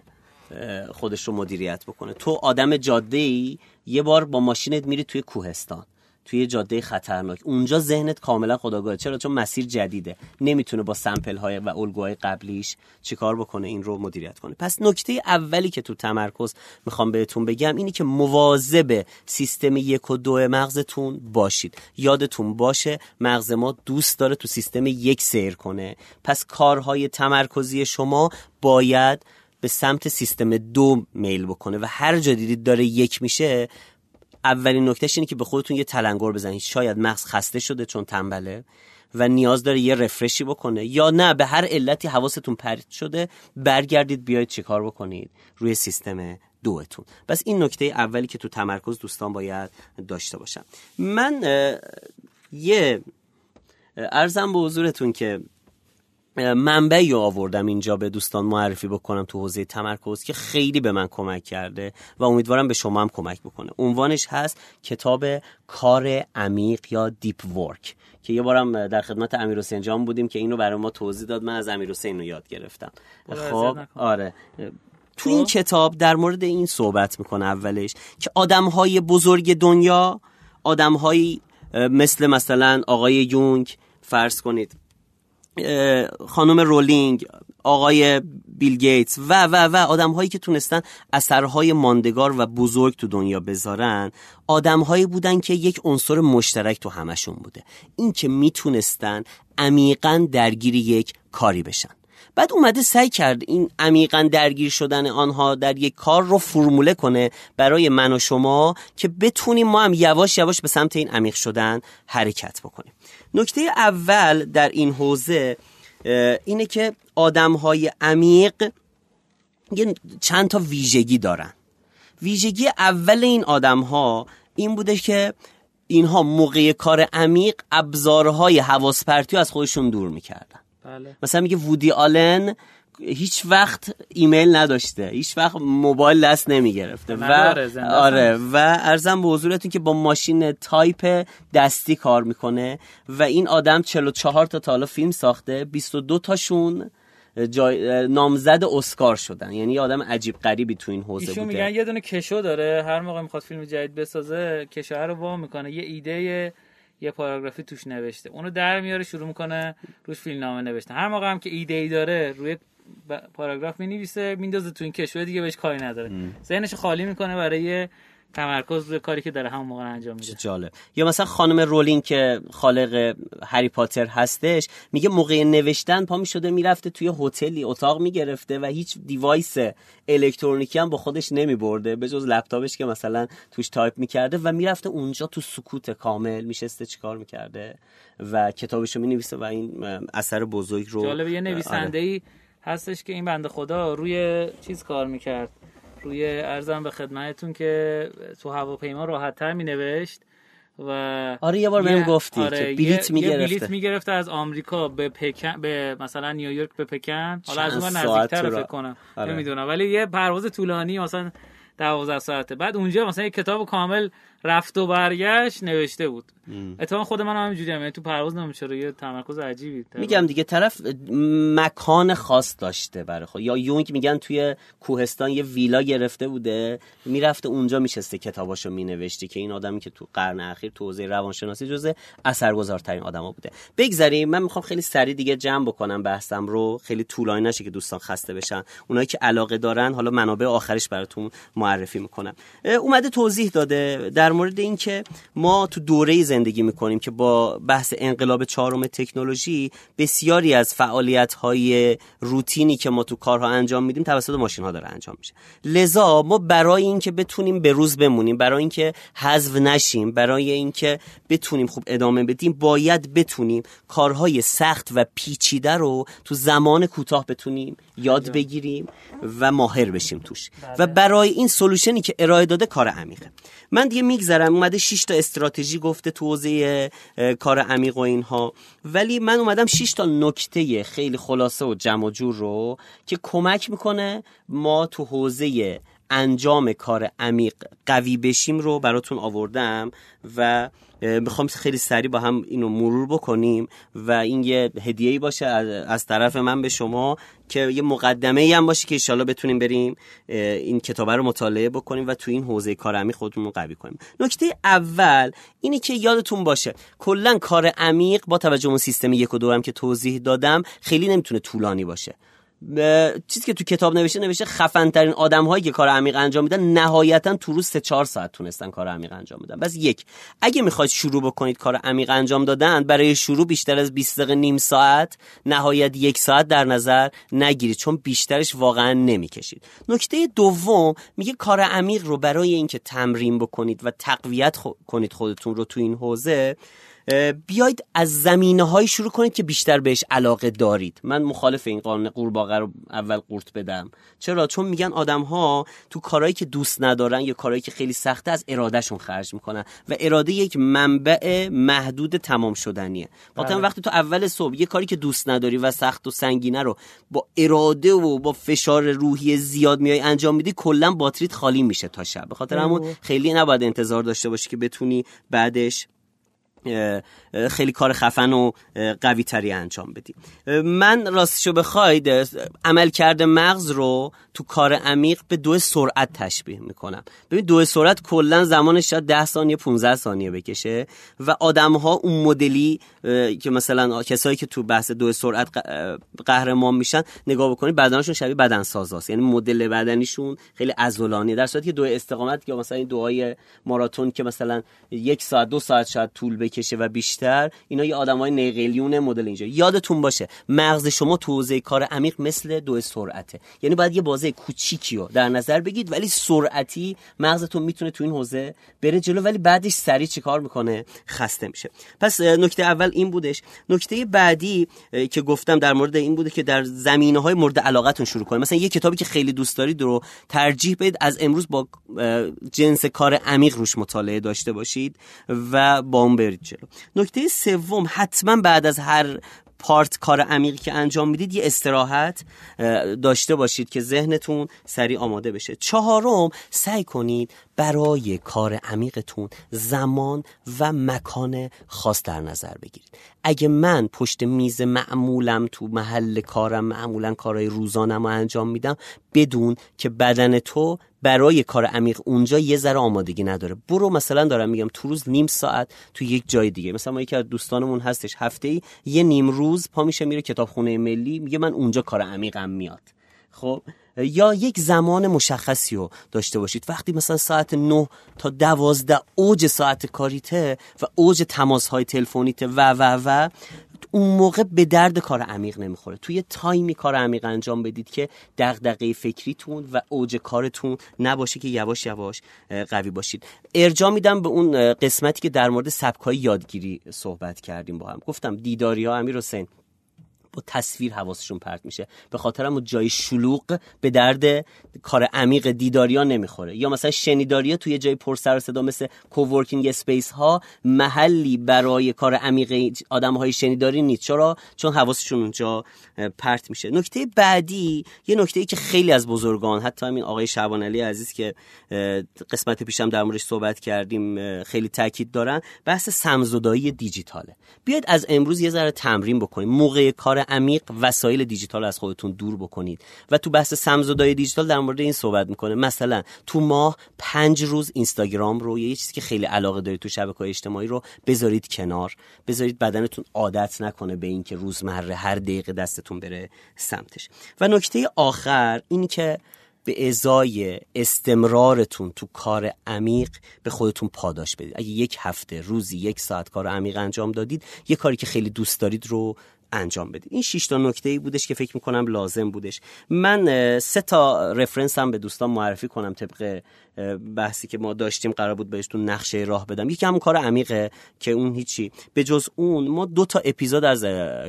خودش رو مدیریت بکنه. تو آدم جاده‌ای، یه بار با ماشینت میری توی کوهستان، توی جاده خطرناک، اونجا ذهنت کاملا خودآگاهه. چرا؟ چون مسیر جدیده، نمیتونه با سمپل های و الگوهای قبلیش چیکار بکنه، این رو مدیریت کنه. پس نکته اولی که تو تمرکز میخوام بهتون بگم اینی که مواظب سیستم 1 و 2 مغزتون باشید. یادتون باشه مغز ما دوست داره تو سیستم 1 سیر کنه، پس کارهای تمرکزی شما باید به سمت سیستم 2 میل بکنه و هر جا دیدید داره 1 میشه، اولین نکتهش اینه که به خودتون یه تلنگر بزنید. شاید مغز خسته شده چون تنبله و نیاز داره یه رفرشی بکنه، یا نه به هر علتی حواستون پرت شده، برگردید بیاید چیکار بکنید روی سیستم 2 تون. بس این نکته اولی که تو تمرکز دوستان باید داشته باشن. من یه عرضم به حضورتون که منبعی آوردم اینجا به دوستان معرفی بکنم تو حوزه تمرکز که خیلی به من کمک کرده و امیدوارم به شما هم کمک بکنه. عنوانش هست کتاب کار عمیق یا دیپ ورک که یه بارم در خدمت امیرحسین جان بودیم که اینو برای ما توضیح داد، من از امیرحسین رو یاد گرفتم. خب آره، تو این کتاب در مورد این صحبت میکنه اولش که آدم‌های بزرگ دنیا، آدم‌هایی مثلا آقای یونگ، فرض کنید خانم رولینگ، آقای بیل گیتس و آدم‌هایی که تونستن اثرهای ماندگار و بزرگ تو دنیا بذارن، آدم‌هایی بودن که یک عنصر مشترک تو همشون بوده، این که میتونستن عمیقاً درگیر یک کاری بشن. بعد اومده سعی کرد این عمیقاً درگیر شدن آنها در یک کار رو فرموله کنه برای من و شما که بتونیم ما هم یواش یواش به سمت این عمیق شدن حرکت بکنیم. نکته اول در این حوزه اینه که آدم‌های عمیق چند تا ویژگی دارن. ویژگی اول این آدم‌ها این بوده که اینها موقع کار عمیق ابزارهای حواس پرتی از خودشون دور میکردن. بله. مثلا میگه وودی آلن هیچ وقت ایمیل نداشته، هیچ وقت موبایل دست نمیگرفته و آره و عرضم به حضورتون که با ماشین تایپ دستی کار میکنه و این آدم 44 تا حالا فیلم ساخته، 22 تاشون نامزد اسکار شدن. یعنی یه آدم عجیب غریبی تو این حوزه بوده. ایشون میگن یه دونه کشو داره، هر موقع میخواد فیلم جدید بسازه کشو رو وا میکنه، یه ایده یه پاراگرافی توش نوشته، اونو در میاره شروع میکنه روش فیلمنامه نوشتن. هر موقع هم که ایده ای داره روی پاراگراف مینویسه میندازه تو این کشو دیگه، بهش کاری نداره، ذهنش خالی میکنه برای تمرکز روی کاری که داره همون موقع انجام میده. جالب. یا مثلا خانم رولینگ که خالق هری پاتر هستش میگه موقع نوشتن پا میشده میرفته توی هتلی اتاق میگرفته و هیچ دیوایس الکترونیکی هم با خودش نمیبرده به جز لپتاپش که مثلا توش تایپ میکرده و میرفته اونجا تو سکوت کامل میشسته چیکار میکرده و کتابشو مینویسه و این اثر بزرگ رو. جالب. یه نویسنده‌ای هستش که این بنده خدا روی چیز کار میکرد، روی ارزم به خدمتتون که تو هواپیما راحت‌تر می‌نوشت و آره یه بار بهم گفتی آره که بلیت می‌گرفته. بلیت می‌گرفته از آمریکا به پکن، به مثلا نیویورک به پکن، حالا از اون نزدیک‌تر فکر کنم نمیدونم، ولی یه پرواز طولانی مثلا 12 ساعته. بعد اونجا مثلا یه کتاب کامل رفت و برگشت نوشته بود. اتفاقا خود من هم اینجوریه، یعنی تو پرواز نمیشه، یه تمرکز عجیبی. میگم دیگه طرف مکان خاص داشته برای خود. یا یونگ میگن توی کوهستان یه ویلا گرفته بوده، میرفته اونجا میشسته کتاباشو مینوشته که این آدمی که تو قرن اخیر تو حوزه روانشناسی جزء اثرگذارترین آدما بوده. بگذاریم من میخوام خیلی سریع دیگه جمع بکنم بحثم رو، خیلی طولانی نشه که دوستان خسته بشن. اونایی که علاقه دارن حالا منابع آخرش براتون معرفی میکنم. اومده توضیح داده در مورد این که ما تو دوره زندگی میکنیم که با بحث انقلاب چهارم تکنولوژی بسیاری از فعالیت‌های روتینی که ما تو کارها انجام میدیم توسط ماشین‌ها داره انجام میشه. لذا ما برای اینکه بتونیم به روز بمونیم، برای اینکه حذف نشیم، برای اینکه بتونیم خوب ادامه بدیم، باید بتونیم کارهای سخت و پیچیده رو تو زمان کوتاه بتونیم یاد بگیریم و ماهر بشیم توش. و برای این سولوشنی که ارائه داده کار عمیقه. من دیگه میگذرم، اومده 6 تا استراتژی گفته تو حوزه کار عمیق و اینها، ولی من اومدم 6 تا نکته خیلی خلاصه و جمع و جور رو که کمک میکنه ما تو حوزه انجام کار عمیق قوی بشیم رو براتون آوردم و میخوام خیلی سریع با هم اینو مرور بکنیم و این یه هدیه‌ای باشه از طرف من به شما که یه مقدمه‌ای هم باشه که ان شاءالله بتونیم بریم این کتاب رو مطالعه بکنیم و تو این حوزه کار عمیق خودمون رو قوی کنیم. نکته اول اینی که یادتون باشه کلا کار عمیق با توجه به سیستم 1 و 2 هم که توضیح دادم خیلی نمیتونه طولانی باشه. چیزی که تو کتاب نوشته خفن ترین آدم‌هایی که کار عمیق انجام میدن نهایتاً تو روز 3-4 ساعت تونستن کار عمیق انجام بدن. بس اگه میخواید شروع بکنید کار عمیق انجام دادن، برای شروع بیشتر از 20 دقیقه نیم ساعت نهایت 1 ساعت در نظر نگیرید، چون بیشترش واقعا نمیکشید. نکته دوم میگه کار عمیق رو برای اینکه تمرین بکنید و تقویت کنید خودتون رو تو این حوزه، بیاید از زمینه‌های شروع کنید که بیشتر بهش علاقه دارید. من مخالف این قانون قورباغه رو اول قورت بدم. چرا؟ چون میگن آدم‌ها تو کارهایی که دوست ندارن یا کارهایی که خیلی سخته از ارادهشون خرج میکنن و اراده یک منبع محدود تمام شدنیه. مثلا وقتی تو اول صبح یه کاری که دوست نداری و سخت و سنگینه رو با اراده و با فشار روحی زیاد میای انجام میدی، کلا باتریت خالی میشه تا شب. به خاطر همون خیلی نباید انتظار داشته باشی که بتونی بعدش خیلی کار خفن و قوی تری انجام بدی. من راستشو بخواید عملکرد مغز رو تو کار عمیق به 2 سرعت تشبیه میکنم. ببین 2 سرعت کلا زمانش شاید 10 ثانیه 15 ثانیه بکشه و آدم‌ها اون مدلی که مثلا کسایی که تو بحث 2 سرعت قهرمان میشن نگاه بکنید بدنشون شبیه بدنسازاست، یعنی مدل بدنیشون خیلی عضلانیه، در صورتی که 2 استقامت یا مثلا این 2 ماراتون که مثلا 1 ساعت 2 ساعت شاید طول بکشه و بیشتر، اینا یه آدمای نیقلیون مدل اینجا. یادتون باشه مغز شما تو حوزه کار عمیق مثل 2 سرعته، یعنی باید یه بازه کوچیکی رو در نظر بگیرید ولی سرعتی مغزتون میتونه تو این حوزه بره جلو، ولی بعدش سریع چیکار میکنه؟ خسته میشه. پس نکته اول این بودش. نکته بعدی که گفتم در مورد این بوده که در زمینه‌های مورد علاقتون شروع کنید. مثلا یه کتابی که خیلی دوست دارید رو ترجیح بدید از امروز با جنس کار عمیق روش مطالعه داشته باشید و با اون برید جلو. نکته سوم، حتما بعد از هر پارت کار عمیقی که انجام میدید یه استراحت داشته باشید که ذهنتون سریع آماده بشه. 4م، سعی کنید برای کار عمیقتون زمان و مکان خاص در نظر بگیرید. اگه من پشت میز معمولم تو محل کارم معمولا کارهای روزانم رو انجام میدم، بدون که بدن تو برای کار عمیق اونجا یه ذره آمادگی نداره. برو مثلا دارم میگم تو روز نیم ساعت تو یک جای دیگه. مثلا ما یکی از دوستانمون هستش هفته‌ای یه نیم روز پا میشه میره کتابخونه ملی، میگه من اونجا کار عمیقم میاد. خب یا یک زمان مشخصی رو داشته باشید. وقتی مثلا ساعت 9 تا 12 اوج ساعت کاریته و اوج تماس‌های تلفنیته و اون موقع به درد کار عمیق نمیخوره. توی تایمی کار عمیق انجام بدید که دغدغه فکریتون و اوج کارتون نباشه، که یواش یواش قوی باشید. ارجاع میدم به اون قسمتی که در مورد سبک‌های یادگیری صحبت کردیم با هم. گفتم دیداری‌ها، امیرحسین با تصویر حواسشون پرت میشه، به خاطر همون جای شلوغ به درد کار عمیق دیداریا نمیخوره. یا مثلا شنیداریا توی جای پر سر و صدا مثل کوورکینگ اسپیس ها محلی برای کار عمیق آدم‌های شنیداری نیست. چرا؟ چون حواسشون اونجا پرت میشه. نکته بعدی، یه نکته‌ای که خیلی از بزرگان، حتی همین آقای شعبان علی عزیز که قسمت پیشم در موردش صحبت کردیم خیلی تاکید دارن، بحث سمزدایی دیجیتاله. بیاید از امروز یه ذره تمرین بکنید. موقع کار عمیق وسایل دیجیتال از خودتون دور بکنید. و تو بحث سمزدایی دیجیتال در مورد این صحبت میکنه. مثلا تو ماه 5 روز اینستاگرام رو، یه چیزی که خیلی علاقه دارید تو شبکه‌های اجتماعی رو بذارید کنار. بذارید بدنتون عادت نکنه به این که روزمره هر دقیقه دستتون بره سمتش. و نکته آخر این که به ازای استمرارتون تو کار عمیق به خودتون پاداش بدید. اگه یک هفته روزی 1 ساعت کار عمیق انجام دادید، یه کاری که خیلی دوست دارید رو انجام بدید. این 6 تا نکته‌ای بودش که فکر می‌کنم لازم بودش. من 3 تا رفرنس هم به دوستان معرفی کنم طبق بحثی که ما داشتیم. قرار بود بهشون نقشه راه بدم. یکی همون کار عمیقه که اون هیچی. به جز اون ما 2 تا اپیزود از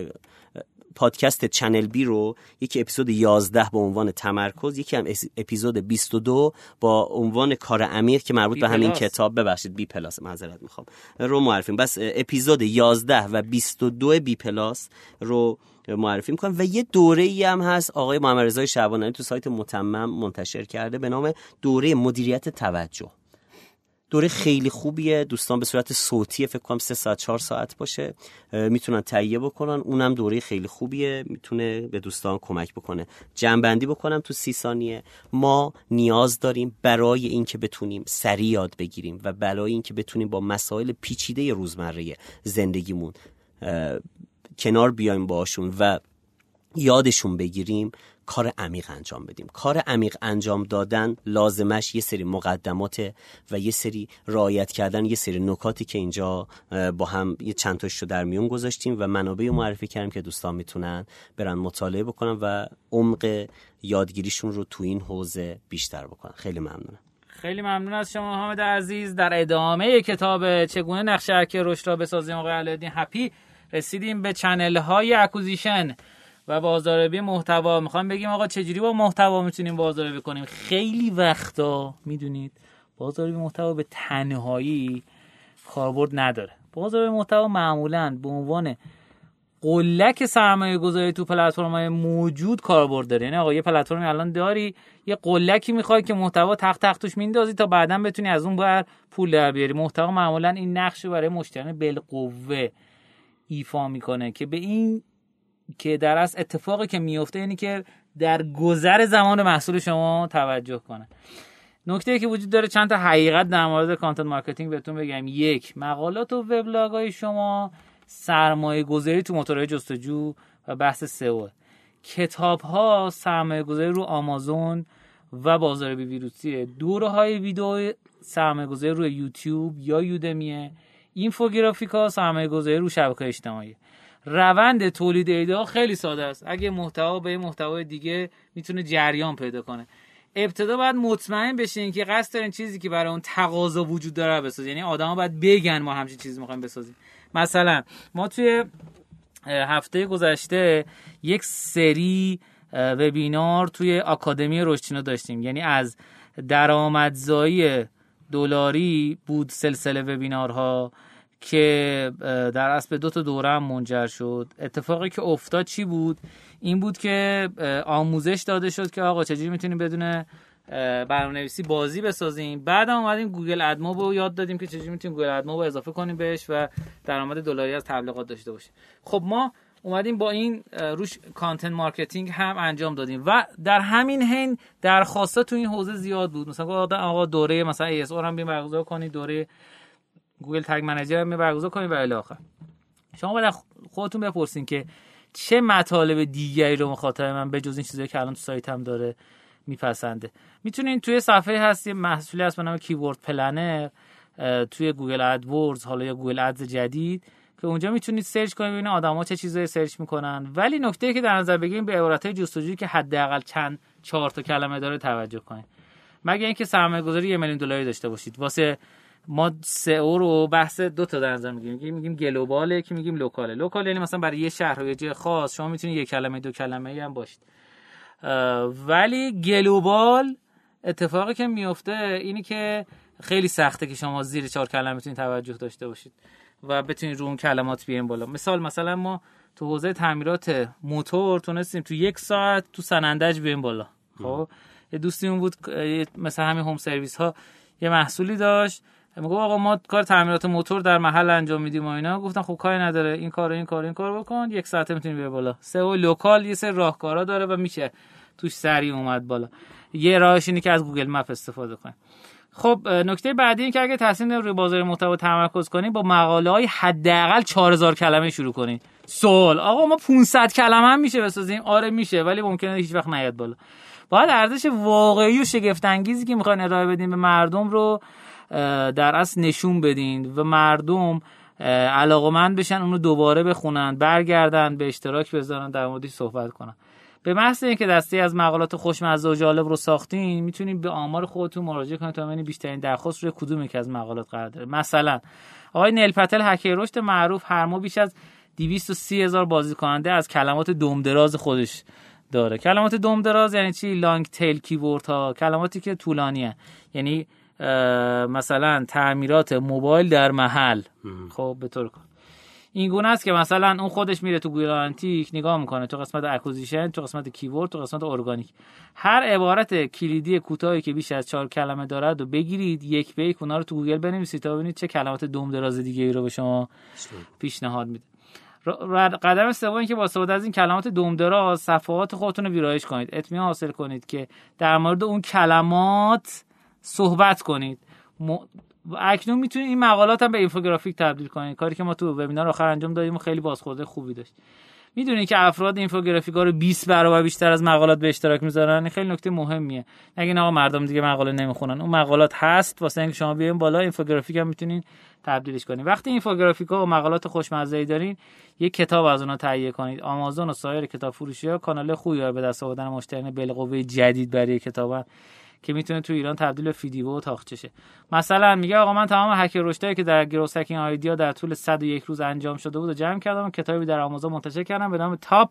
پادکست چنل بی رو، یکی اپیزود 11 با عنوان تمرکز، یکی هم اپیزود 22 با عنوان کار عمیق که مربوط به همین کتاب، ببخشید بی پلاس، معذرت میخوام، رو معرفیم. بس اپیزود 11 و 22 بی پلاس رو معرفی میکنم. و یه دوره‌ای هم هست آقای محمد رضا شعبانی تو سایت متمم منتشر کرده به نام دوره مدیریت توجه. دوره خیلی خوبیه دوستان، به صورت صوتی، فکر کنم 3 ساعت 4 ساعت باشه، میتونن تهیه بکنن. اونم دوره خیلی خوبیه، میتونه به دوستان کمک بکنه. جمع‌بندی بکنم تو 30 ثانیه. ما نیاز داریم برای اینکه بتونیم سریع یاد بگیریم و برای اینکه بتونیم با مسائل پیچیده روزمره زندگیمون کنار بیایم باشون و یادشون بگیریم، کار عمیق انجام بدیم. کار عمیق انجام دادن لازمش یه سری مقدماته و یه سری رعایت کردن یه سری نکاتی که اینجا با هم یه چند تاش رو در میون گذاشتیم و منابع معرفی کردیم که دوستان میتونن برن مطالعه بکنن و عمق یادگیریشون رو تو این حوزه بیشتر بکنن. خیلی ممنونم. خیلی ممنون از شما حامد عزیز. در ادامه کتاب چگونه نقشه حرکت رشد را بسازیم آقای علی‌الدین حپی رسیدیم به چنل های اکوزیشن و بازاریابی محتوا. میخوام بگیم آقا چجوری با محتوا میتونیم بازاریابی کنیم. خیلی وقتا میدونید بازاریابی محتوا به تنهایی کاربرد نداره. بازاریابی محتوا معمولاً به عنوان قلک سرمایه گذاری تو پلتفرم‌های موجود کاربرد داره. یعنی آقا یه پلتفرمی الان داری، یه قلکی میخوای که محتوا تق تق توش میندازی تا بعداً بتونی از اون بر پول در بیاری. محتوا معمولاً این نقش برای مشتریان بالقوه ایفا میکنه که به این که در اصل اتفاقی که میفته یعنی که در گذر زمان محصول شما توجه کنه. نکته‌ای که وجود داره، چند تا حقیقت در مورد کانتنت مارکتینگ بهتون بگم. 1، مقالات و وبلاگ‌های شما سرمایه‌گذاری تو موتورهای جستجو و بحث سئو. کتاب‌ها سرمایه‌گذاری رو آمازون و بازاریابی ویروسی. دوره‌های ویدیو سرمایه‌گذاری روی یوتیوب یا یودمیه اینفوگرافیکا سرمایه‌گذاری رو شبکه‌های اجتماعی. روند تولید ایده خیلی ساده است. اگه محتوا به محتوای دیگه میتونه جریان پیدا کنه. ابتدا باید مطمئن بشین که قصد دارین چیزی که برای اون تقاضا وجود داره بسازین. یعنی آدما باید بگن ما همچین چیزی می‌خوایم بسازیم. مثلا ما توی هفته گذشته یک سری وبینار توی آکادمی رشدچینا داشتیم. یعنی از درآمدزایی دلاری بود سلسله وبینارها که در اصل به 2 تا دوره هم منجر شد. اتفاقی که افتاد چی بود؟ این بود که آموزش داده شد که آقا چجوری میتونیم بدون برنامه‌نویسی بازی بسازیم. بعد هم اومدیم گوگل ادموب رو یاد دادیم که چجوری میتونیم گوگل ادموب رو اضافه کنیم بهش و درآمد دلاری از تبلیغات داشته باشیم. خب ما اومدیم با این روش کانتنت مارکتینگ هم انجام دادیم و در همین حین درخواستات تو این حوزه زیاد بود. مثلا آقا دوره مثلا ASO هم بیام برگزار کنید، دوره گوگل تگ منیجر هم برگزار کنید و الی آخر. شما باید خودتون بپرسین که چه مطالب دیگری رو مخاطب من به جز این چیزایی که الان تو سایتم داره میپسنده. میتونین توی صفحه هست یه محصولی هست به نام کیورد پلنر توی گوگل ادورز حالا یا گوگل ادز جدید که اونجا میتونید سرچ کنید ببینید آدما چه چیزایی سرچ میکنن. ولی نکته‌ای که در نظر بگیریم به عبارت‌های جستجویی که حداقل 4 تا کلمه داره توجه کنید. مگه اینکه سرمایه‌گذاری $1 میلیون داشته باشید. واسه ما سئو رو بحث 2 تا در نظر میگیریم. میگیم گلوباله که میگیم لوکاله. لوکال یعنی مثلا برای یه شهر و یه جای خاص شما میتونید 1 کلمه 2 کلمه‌ای هم باشید. ولی گلوبال اتفاقی که میفته اینی که خیلی سخته که شما زیر 4 کلمه بتونید توجه داشته باشید و بتونید رو اون کلمات بیاین بالا. مثلا ما تو حوزه تعمیرات موتور تونستیم تو 1 ساعت تو سنندج بیاین بالا. خب یه دوستیمون بود مثلا همین هوم سرویس ها یه محصولی داشت، میگه آقا ما کار تعمیرات موتور در محل انجام میدیم و اینا. گفتن خب کاری نداره، این کار بکن، 1 ساعت میتونی بیای بالا. سئو لوکال یه سری راهکارا داره و میشه توش سریع اومد بالا. یه راهش اینه که از گوگل مپ استفاده کنیم. خب نکته بعدی این که اگه تصمیم دارید روی بازار محتوا تمرکز کنید با مقاله‌های حداقل 4000 کلمه شروع کنید. سوال آقا ما 500 کلمه هم میشه بسازیم؟ آره میشه، ولی ممکنه هیچ وقت نیاد بالا. باید ارزش واقعی و شگفت انگیزی که میخواین ارائه بدین به مردم رو در اصل نشون بدین و مردم علاقه‌مند بشن اونو دوباره بخونن، برگردن به اشتراک بذارن، در موردش صحبت کنن. به محض اینکه دسته از مقالات خوشمزه و جالب رو ساختین میتونید به آمار خودتون مراجعه کنید تا ببینید بیشترین درخواست روی کدوم یک از مقالات قرار داره. مثلا آقای نیل پتل هکر رشد معروف هر ماه بیش از 230,000 بازدیدکننده از کلمات دم دراز خودش داره. کلمات دم دراز یعنی چی؟ لانگ تیل کیورد ها، کلماتی که طولانیه. یعنی مثلا تعمیرات موبایل در محل. خب به طور این گونه است که مثلا اون خودش میره تو گوگل آنالیتیک نگاه میکنه تو قسمت اکوزیشن، تو قسمت کیورد، تو قسمت ارگانیک. هر عبارت کلیدی کوتاهی که بیش از 4 کلمه دارد و بگیرید یک به یک اونا رو تو گوگل بنویسید تا ببینید چه کلمات دم دراز دیگه ای رو به شما پیشنهاد میده. قدم سوم این که با استفاده از این کلمات دم دراز صفحات خودتون رو ویرایش کنید. اطمینان حاصل کنید که در مورد اون کلمات صحبت کنید. اکنون میتونید این مقالات هم به اینفوگرافیک تبدیل کنید، کاری که ما تو وبینار آخر انجام دادیم و خیلی بازخورد خوبی داشت. میدونید که افراد اینفوگرافیکا رو 20 برابر بیشتر از مقالات به اشتراک میذارن. این خیلی نکته مهمیه. نگین آقا مردم دیگه مقاله نمیخونن، اون مقالات هست واسه اینکه شما بیاین بالا. اینفوگرافیک هم میتونین تبدیلش کنید. وقتی اینفوگرافیکا و مقالات خوشمزه‌ای دارین، یک کتاب از اونها تهیه کنید. آمازون و سایر کتاب فروشی‌ها کانال خوبی به دست آوردن مشتریان بالقوه جدید برای کتابن که میتونه تو ایران تبدیل به فیدیو و تاقچه شه. مثلا میگه آقا من تمام هک رشدایی که در گروس هکینگ آیدیا در طول 101 روز انجام شده بود جمع کردم و کتابی در آمازون منتشر کردم به نام تاپ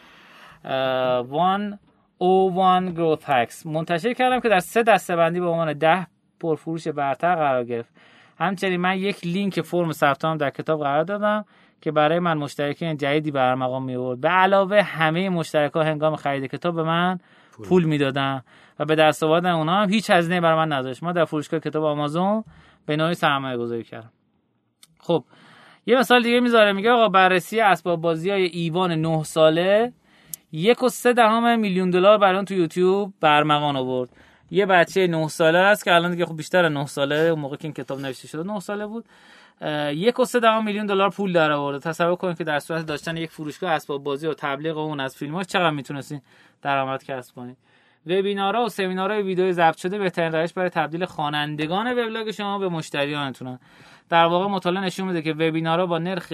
101 گروث هکس منتشر کردم که در 3 دسته‌بندی به عنوان 10 پرفروش برتر قرار گرفت. همچنین من یک لینک فرم ثبت نام در کتاب قرار دادم که برای من مشترکین جدیدی به ارمغان می‌آورد. به علاوه همه مشترکان هنگام خرید کتاب به من پول میدادن و به دست آوردن اونا هم هیچ هزینه‌ای برای من نداشت. ما در فروشگاه کتاب آمازون به نوعی سرمایه گذاری کردم. خب یه مثال دیگه میذاره، میگه آقا بررسی اسباب بازی‌های ایوان 9 ساله 1.3 میلیون دلار برای اون تو یوتیوب برمغان آورد. یه بچه 9 ساله است که الان دیگه خب بیشتر از 9 ساله، اون موقع که این کتاب نوشته شده 9 ساله بود، 1.3 میلیون دلار پول در آورد. تصور کنید که در صورت داشتن یک فروشگاه اسباب بازی و تبلیغ اون از فیلم‌ها چقدر میتونستین درآمد کسب کنید. وبینارها و سمینارهای ویدیویی ضبط شده بهترین روش برای تبدیل خوانندگان وبلاگ شما به مشتریانتونه. در واقع مطالعه نشون میده که وبینارها با نرخ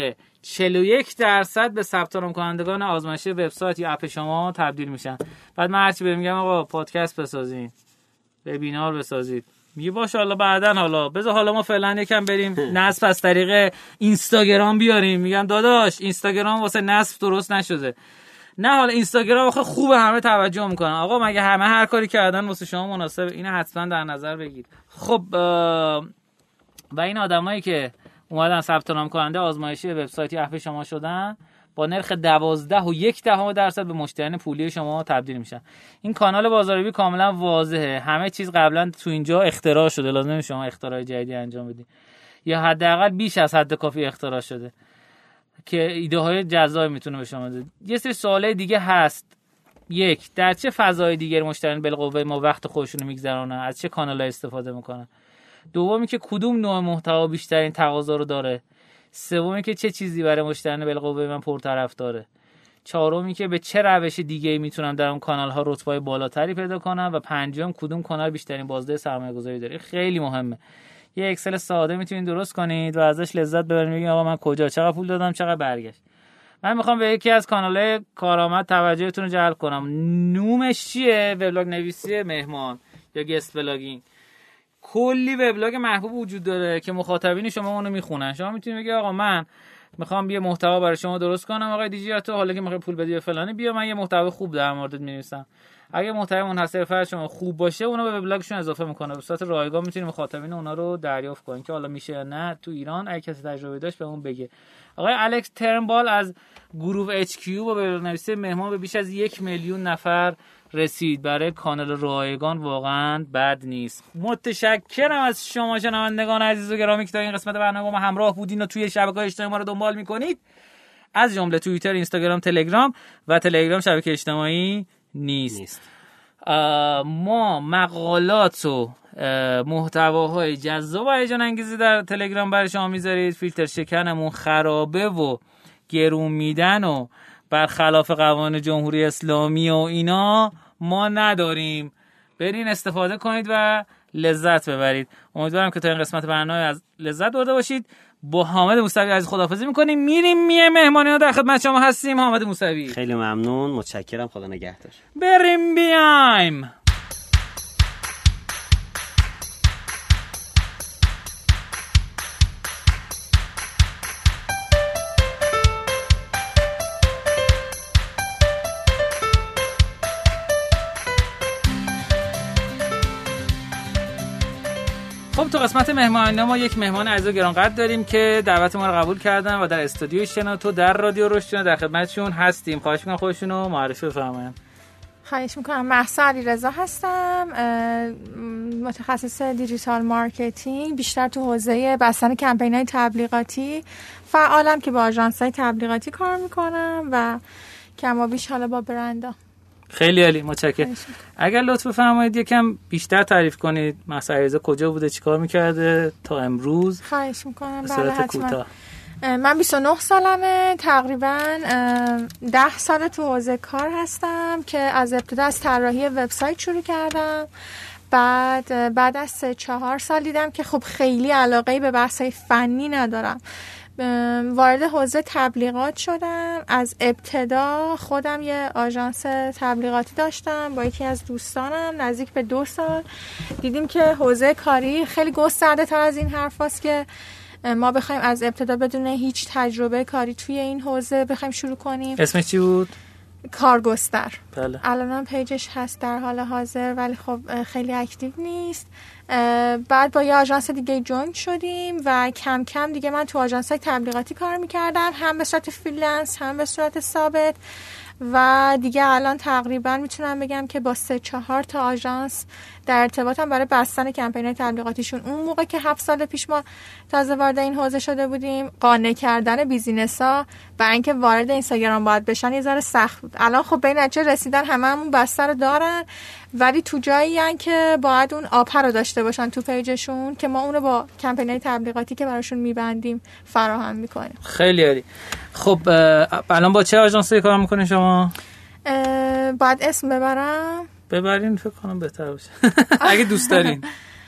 41% به ثبت نام کنندگان آزمایشی وبسایت یا اپ شما تبدیل میشن. بعد من هرچی بهم میگم آقا پادکست بسازین، وبینار بسازید، میگه باشه حالا بعدن، حالا بذار حالا ما فعلا یکم بریم نصب از طریق اینستاگرام بیاریم. میگم داداش اینستاگرام واسه نصب درست نشده. نه حالا اینستاگرام آخه خوبه، همه توجه میکنن. آقا مگه همه هر کاری کردن واسه شما مناسبه؟ اینو حتما در نظر بگیر. خب و این آدمایی که اومدن ثبت نام کننده آزمایشی وبسایت اپ شما شدن با نرخ 12.1% به مشتریان پولی شما تبدیل میشن. این کانال بازاریابی کاملا واضحه، همه چیز قبلا تو اینجا اختراع شده، لازم نیست شما اختراع جدیدی انجام بدید، یا حداقل بیش از حد کافی اختراع شده که ایده های جذابی میتونه به شما بده. یه سری سوالای دیگه هست. یک، در چه فضای دیگر مشتریان بالقوه ما وقت خودشونو میگذرونن، از چه کانال‌های استفاده میکنن؟ دومی که کدوم نوع محتوا بیشترین تقاضا رو داره؟ سومی که چه چیزی برای مشتریان بالقوه من پرطرفداره؟ چهارمی که به چه روش دیگه‌ای میتونم در اون کانال‌ها رتبه بالاتری پیدا کنم؟ و پنجم کدوم کانال بیشترین بازده سرمایه‌گذاری داره؟ خیلی مهمه. یه اکسل ساده میتونید درست کنید و ازش لذت ببرید، بگید آقا من کجا چقدر پول دادم چقدر برگشت. من میخوام به یکی از کانال‌های کارآمد توجهتون رو جلب کنم. نومش چیه؟ وبلاگ نویسی مهمان یا گست بلاگینگ. کلی وبلاگ محبوب وجود داره که مخاطبین شما اونو میخونن. شما میتونید بگید آقا من میخوام یه محتوا برای شما درست کنم، آقا دیجی تو حالا که میخوای پول بدی به فلانی، بیا من یه محتوا خوب در موردت می‌نویسم. اگه محتوا منحصر فرد شما خوب باشه، اونو به وبلاگشون اضافه میکنه. به صورت رایگان میتونید مخاطبین اونا رو دریافت کنید که حالا میشه یا نه تو ایران. اگه کسی تجربه داشت به اون بگه. آقای الکس ترنبال از گروه اچ کیو با وبلاگ نویسی مهمان به بیش از 1 میلیون نفر رسید. برای کانال رایگان واقعا بد نیست. متشکرم از شما شنوندگان عزیز و گرامی که تا این قسمت برنامه ما همراه بودین و توی شبکه‌های اجتماعی ما رو دنبال میکنید، از جمله توییتر، اینستاگرام، تلگرام. و تلگرام شبکه اجتماعی نیست. ما مقالات و محتواهای جذاب و هیجان انگیزی در تلگرام برای شما میذارید. فیلتر شکنمون خرابه و گرون میدن و برخلاف قوانین جمهوری اسلامی و اینا ما نداریم. برین استفاده کنید و لذت ببرید. امیدوارم که تا این قسمت برنامه از لذت برده باشید. با حامد موسوی عزیز خداحافظی میکنیم، میریم مهمانی‌ها در خدمت شما هستیم. حامد موسوی خیلی ممنون، متشکرم، خدا نگهدار. بریم بیایم. خب تو قسمت مهمانی‌ها ما یک مهمان عزیز و گرانقدر داریم که دعوت ما رو قبول کردن و در استودیوی شنوتو در رادیو رشد در خدمتشون هستیم. خواهش می‌کنم خودشون رو معرفی بفرمایید. خواهش می‌کنم. مهسا علیرضا هستم، متخصص دیجیتال مارکتینگ، بیشتر تو حوزه بستن کمپین‌های تبلیغاتی فعالم که با آژانس‌های تبلیغاتی کار می‌کنم و کم و بیش حالا با برندها. خیلی عالی، متشکرم. اگر لطف بفرمایید یکم بیشتر تعریف کنید مهسا علیرضا کجا بوده، چیکار می‌کرده تا امروز؟ خواهش می‌کنم. بله حتما. من 29 سالمه، تقریبا 10 سال تو حوزه کار هستم که از ابتدا از طراحی وبسایت شروع کردم. بعد از 3-4 سال دیدم که خب خیلی علاقه‌ای به بحث‌های فنی ندارم، وارد حوزه تبلیغات شدم. از ابتدا خودم یه آژانس تبلیغاتی داشتم با یکی از دوستانم نزدیک به 2 سال. دیدیم که حوزه کاری خیلی گسترده تر از این حرف هست که ما بخوایم از ابتدا بدون هیچ تجربه کاری توی این حوزه بخوایم شروع کنیم. اسمش چی بود؟ کارگستر. بله. الانم پیجش هست در حال حاضر ولی خب خیلی اکتیو نیست. بعد با یه آژانس دیگه جوین شدیم و کم کم دیگه من تو آژانس‌های تبلیغاتی کار می‌کردم، هم به صورت فریلنس هم به صورت ثابت. و دیگه الان تقریبا میتونم بگم که با 3-4 تا آژانس در ارتباطم برای بستن کمپین‌های تبلیغاتیشون. اون موقع که 7 سال پیش ما تازه وارد این حوزه شده بودیم، قانع کردن بیزینس‌ها برای اینکه وارد اینستاگرام باید بشن یه ذره سخت بود. الان خب به نتیجه رسیدن، هممون بسته رو دارن ولی تو جایی‌ان که باید اون آپر رو داشته باشن تو پیجشون که ما اون رو با کمپین‌های تبلیغاتی که براشون می‌بندیم فراهم می‌کنیم. خیلی عالی. خب الان با چه آژانسی کار می‌کنید شما؟ باید اسم ببرم؟ ببرین فکر کنم بهتر باشه اگه دوست دارین.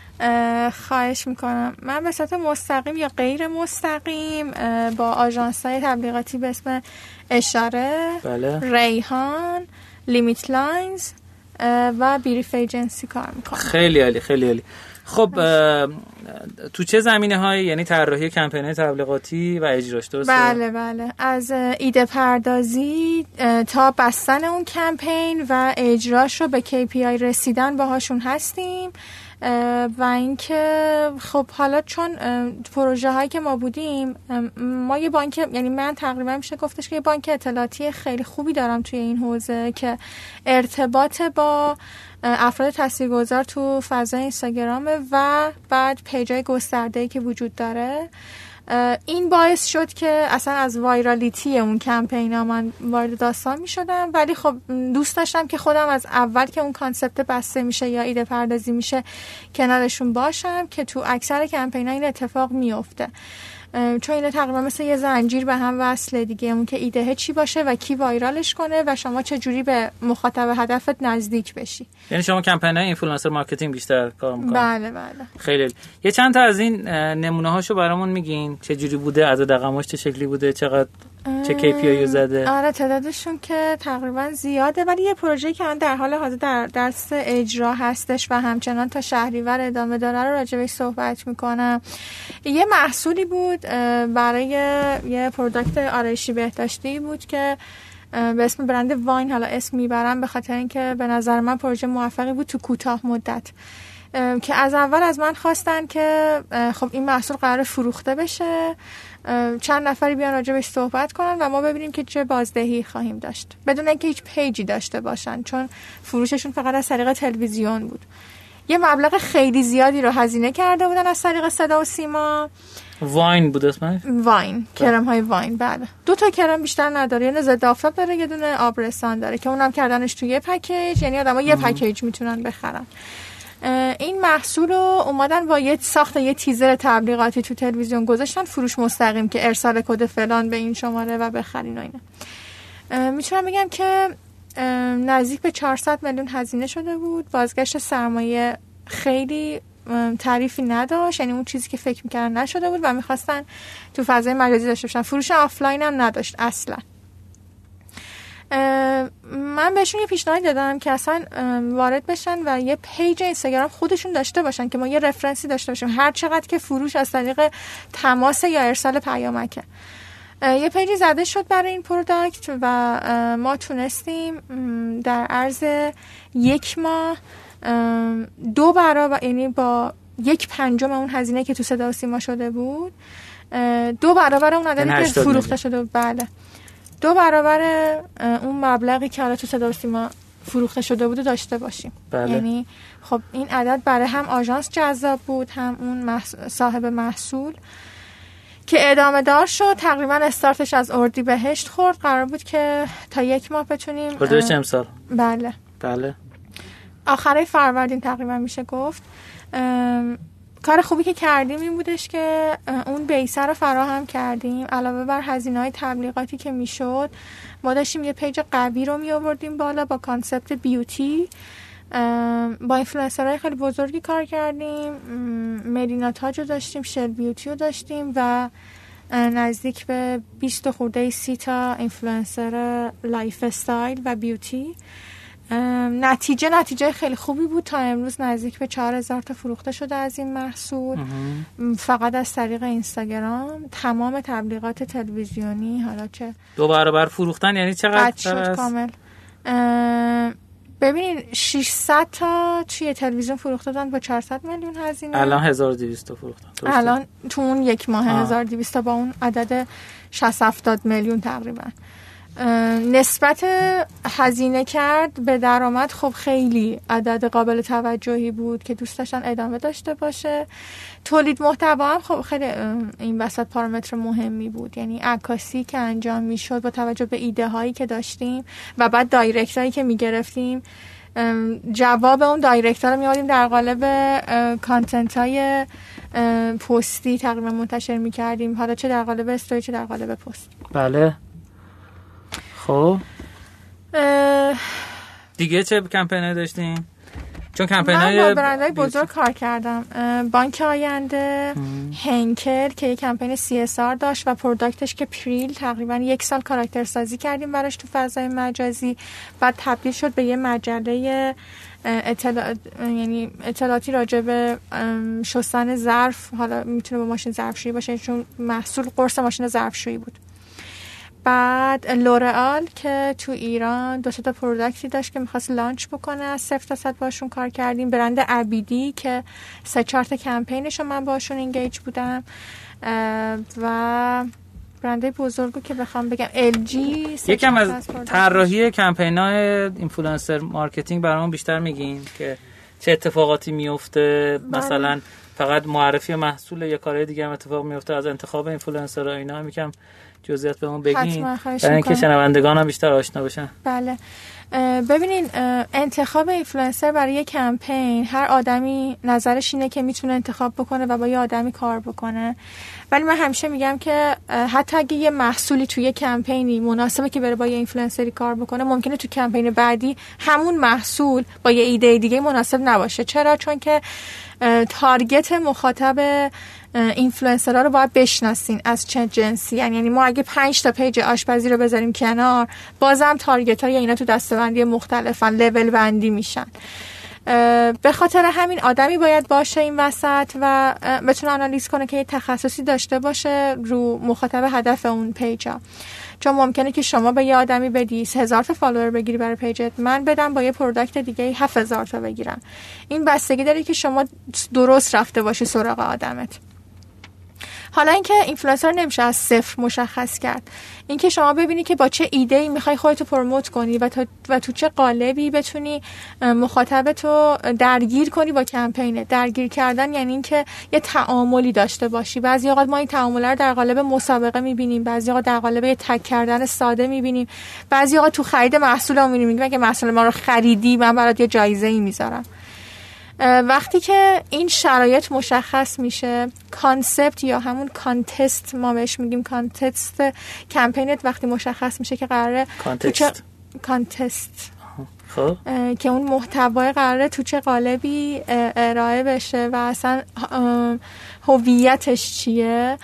خواهش میکنم. من به صورت مستقیم یا غیر مستقیم با آژانس‌های تبلیغاتی به اسم اشاره، ریحان، لیمیت لاینز و بیریف ایجنسی کار میکنم. خیلی عالی، خیلی عالی. خب تو چه زمینه‌هایی، یعنی طراحی کمپین‌های تبلیغاتی و اجراش، درسته؟ بله از ایده پردازی تا بستن اون کمپین و اجراش رو به KPI رسیدن باهاشون هستیم. و اینکه خب حالا چون پروژه هایی که ما بودیم، ما یه بانک، یعنی من تقریبا میشه گفتش که یه بانک اطلاعاتی خیلی خوبی دارم توی این حوزه که ارتباط با افراد تاثیرگذار تو فضای اینستاگرامه و بعد پیجای گسترده‌ای که وجود داره. این باعث شد که اصلا از وایرالیتی اون کمپین ها من وارد داستان می شدم، ولی خب دوست داشتم که خودم از اول که اون کانسپت بسته میشه یا ایده پردازی میشه کنارشون باشم که تو اکثر کمپین ها این اتفاق میفته، چون اینه تقریبا مثل یه زنجیر به هم وصله دیگه، اون که ایده چی باشه و کی وایرالش کنه و شما چه جوری به مخاطب هدفت نزدیک بشی. یعنی شما کمپین‌های اینفلوئنسر مارکتینگ بیشتر کار می‌کنید؟ بله. خیلی. یه چند تا از این نمونه‌هاشو برامون میگین؟ چه جوری بوده؟ عدد رقماش چه شکلی بوده؟ چقدر چه KPI زده؟ آره تعدادشون که تقریبا زیاده، ولی یه پروژه‌ای که در حال حاضر در دست اجرا هستش و همچنان تا شهریور ادامه داره رو راجع بهش صحبت می‌کنم. یه محصولی بود برای یه پروداکت آرایشی بهداشتی بود که به اسم برند واین، حالا اسم میبرم به خاطر اینکه به نظر من پروژه موفقی بود تو کوتاه مدت، که از اول از من خواستن که خب این محصول قرار فروخته بشه، چند نفری بیان راجع بهش صحبت کنن و ما ببینیم که چه بازدهی خواهیم داشت، بدون اینکه هیچ پیجی داشته باشن، چون فروششون فقط از طریق تلویزیون بود. یه مبلغ خیلی زیادی رو هزینه کرده بودن از طریق صدا و سیما. واین بود اسمش؟ واین، کرم های واین. بله 2 تا کرم بیشتر نداره، یه ضد آفتاب داره، یه دونه آبرسان داره که اونم کردنش توی یه پکیج، یعنی آدم‌ها یه پکیج میتونن بخرن. این محصول رو اومدن با یه ساخت یه تیزر تبلیغاتی تو تلویزیون گذاشتن فروش مستقیم که ارسال کد فلان به این شماره و بخرین و اینا. میتونم بگم که نزدیک به 400 میلیون هزینه شده بود. بازگشت سرمایه خیلی تعریفی نداشت، یعنی اون چیزی که فکر میکردن نشده بود و میخواستن تو فضای مجازی داشته باشن. فروش آفلاین هم نداشت اصلا. من بهشون یه پیشنهاد دادم که اصلا وارد بشن و یه پیج اینستاگرام خودشون داشته باشن که ما یه رفرنسی داشته باشیم هر چقدر که فروش از طریق تماس یا ارسال پیامکه. یه پیجی زده شد برای این پروداکت و ما تونستیم در عرض 1 ماه 2 برابر، یعنی با 1/5 اون هزینه که تو صدا و سیما شده بود، 2 برابر اون عددی که فروخته شده بود. بله 2 برابر اون مبلغی که حالا تو صدا و سیما فروخته شده بود داشته باشیم. بله. یعنی خب این عدد برای هم آژانس جذاب بود، هم اون صاحب محصول که ادامه دار شد. تقریبا استارتش از اردیبهشت خورد، قرار بود که تا 1 ماه بتونیم. اردیبهشت امسال؟ بله آخره فروردین تقریبا میشه گفت. کار خوبی که کردیم این بودش که اون بیسه رو فراهم کردیم، علاوه بر هزینه‌های تبلیغاتی که میشد ما داشتیم یه پیج قوی رو می آوردیم بالا با کانسپت بیوتی. با اینفلوئنسرهای خیلی بزرگی کار کردیم، مدینا تاج رو داشتیم، شل بیوتی رو داشتیم و نزدیک به 20 خورده 30 تا اینفلوئنسر لایف استایل و بیوتی. نتیجه خیلی خوبی بود. تا امروز نزدیک به 4000 تا فروخته شده از این محصول فقط از طریق اینستاگرام. تمام تبلیغات تلویزیونی حالا چه 2 برابر فروختن یعنی چقدر شد کامل؟ ببینید 600 تا توی تلویزیون فروخته دادن با 400 میلیون هزینه. الان 1200 تا فروختن. الان تو اون 1 ماه 1200 تا با اون عدد 60-70 میلیون تقریبا. نسبت هزینه کرد به درآمد خب خیلی عدد قابل توجهی بود که دوست داشتن ادامه داشته باشه. تولید محتوا هم خب خیلی این وسط پارامتر مهمی بود، یعنی عکاسی که انجام میشد با توجه به ایده هایی که داشتیم و بعد دایرکت هایی که میگرفتیم، جواب اون دایرکت ها رو میادیم در قالب کانتنت های پستی تقریبا منتشر میکردیم، حالا چه در قالب استوری چه در قالب پست. بله. خب دیگه چه کمپینایی داشتین؟ چون من کمپینای با برندهای بزرگ کار کردم. بانک آینده، هنکل که یک کمپین CSR داشت و پروداکتش که پریل، تقریبا 1 سال کاراکتر سازی کردیم براش تو فضای مجازی، بعد تبدیل شد به یه مجله یعنی اطلاعاتی راجع به شستن ظرف، حالا میتونه با ماشین ظرفشویی باشه چون محصول قرص ماشین ظرفشویی بود. بعد لورئال که تو ایران 2 تا پروداکتی داشت که می‌خواست لانچ بکنه، از 0 تا 100 باشون کار کردیم. برند ابیدی که 3-4 تا کمپینشو من باشون انگیج بودم و برندهای بزرگو که بخوام بگم LG. یکم از طراحی کمپینای اینفلوئنسر مارکتینگ برامون بیشتر میگین که چه اتفاقاتی میفته؟ مثلا فقط معرفی محصول یا کارهای دیگه هم اتفاق میفته؟ از انتخاب اینفلوئنسرها اینا هم یکم جزئیات بهمون بگین برای اینکه شنوندگان هم بیشتر آشنا بشن. بله ببینین، انتخاب اینفلوئنسر برای یک کمپین هر آدمی نظرش اینه که میتونه انتخاب بکنه و با یه آدمی کار بکنه، ولی من همیشه میگم که حتی اگه یه محصولی توی یه کمپینی مناسبه که بره با یه اینفلوئنسری کار بکنه، ممکنه تو کمپین بعدی همون محصول با یه ایده دیگه مناسب نباشه. چرا؟ چون که تارگت مخاطب اینفلوئنسرها رو باید بشناسین از چه جنسی. یعنی ما اگه 5 تا پیج آشپزی رو بذاریم کنار، بازم تارگت ها یا اینا تو دسته‌بندی مختلفن، لول بندی میشن. به خاطر همین آدمی باید باشه این وسط و بتونه آنالیز کنه که یه تخصصی داشته باشه رو مخاطب هدف اون پیجا. چون ممکنه که شما به یه آدمی بدی 1000 تا فالوور بگیری برای پیجت، من بدم با یه پروداکت دیگه 7000 تا بگیرم. این بستگی داره که شما درست رفته باشی سراغ آدمت. حالا اینکه اینفلوئنسر نمیشه از صفر مشخص کرد، اینکه شما ببینی که با چه ایده‌ای میخوای خودتو پروموت کنی و تو چه قالبی بتونی مخاطبتو درگیر کنی با کمپینه. درگیر کردن یعنی اینکه یه تعاملی داشته باشی. بعضی اوقات ما این تعامل رو در قالب مسابقه میبینیم، بعضی اوقات در قالب یه تگ کردن ساده میبینیم، بعضی اوقات تو خرید محصولمون میبینیم که محصول ما رو خریدی من برات یه جایزه‌ای میذارم. وقتی که این شرایط مشخص میشه، کانسپت یا همون کانتست ما بهش میگیم، کانتست کمپینت وقتی مشخص میشه که قراره کانتست خب که اون محتوای قراره تو چه قالبی ارائه بشه و اصلا هویتش چیه،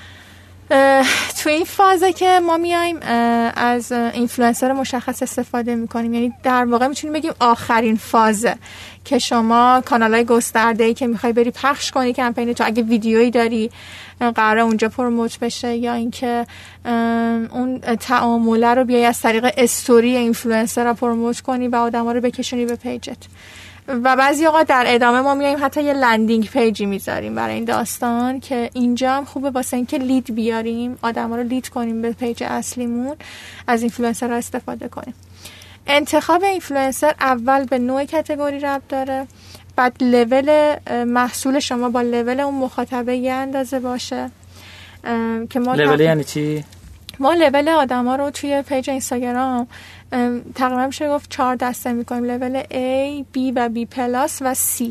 تو این فازه که ما میایم از اینفلوئنسر مشخص استفاده میکنیم. یعنی در واقع میتونیم بگیم آخرین فازه که شما کانالای گسترده‌ای که میخوای بری پخش کنی کمپین تو، اگه ویدیویی داری قراره اونجا پروموت بشه، یا اینکه اون تعامله رو بیای از طریق استوری اینفلوئنسر رو پروموت کنی و آدما رو بکشونی به پیجت. و بعضی اوقات در ادامه ما میایم حتی یه لندینگ پیجی میذاریم برای این داستان که اینجا هم خوبه واسه اینکه لید بیاریم، آدما رو لید کنیم به پیج اصلیمون، از اینفلوئنسر ها استفاده کنیم. انتخاب اینفلوئنسر اول به نوع کاتگوری ربط داره، بعد لول محصول شما با لول اون مخاطبه یه اندازه باشه. که ما لول یعنی چی؟ ما لول آدما رو توی پیج اینستاگرام تقریبا میشه گفت 4 دسته میکنیم، لول A، B و B پلاس و C،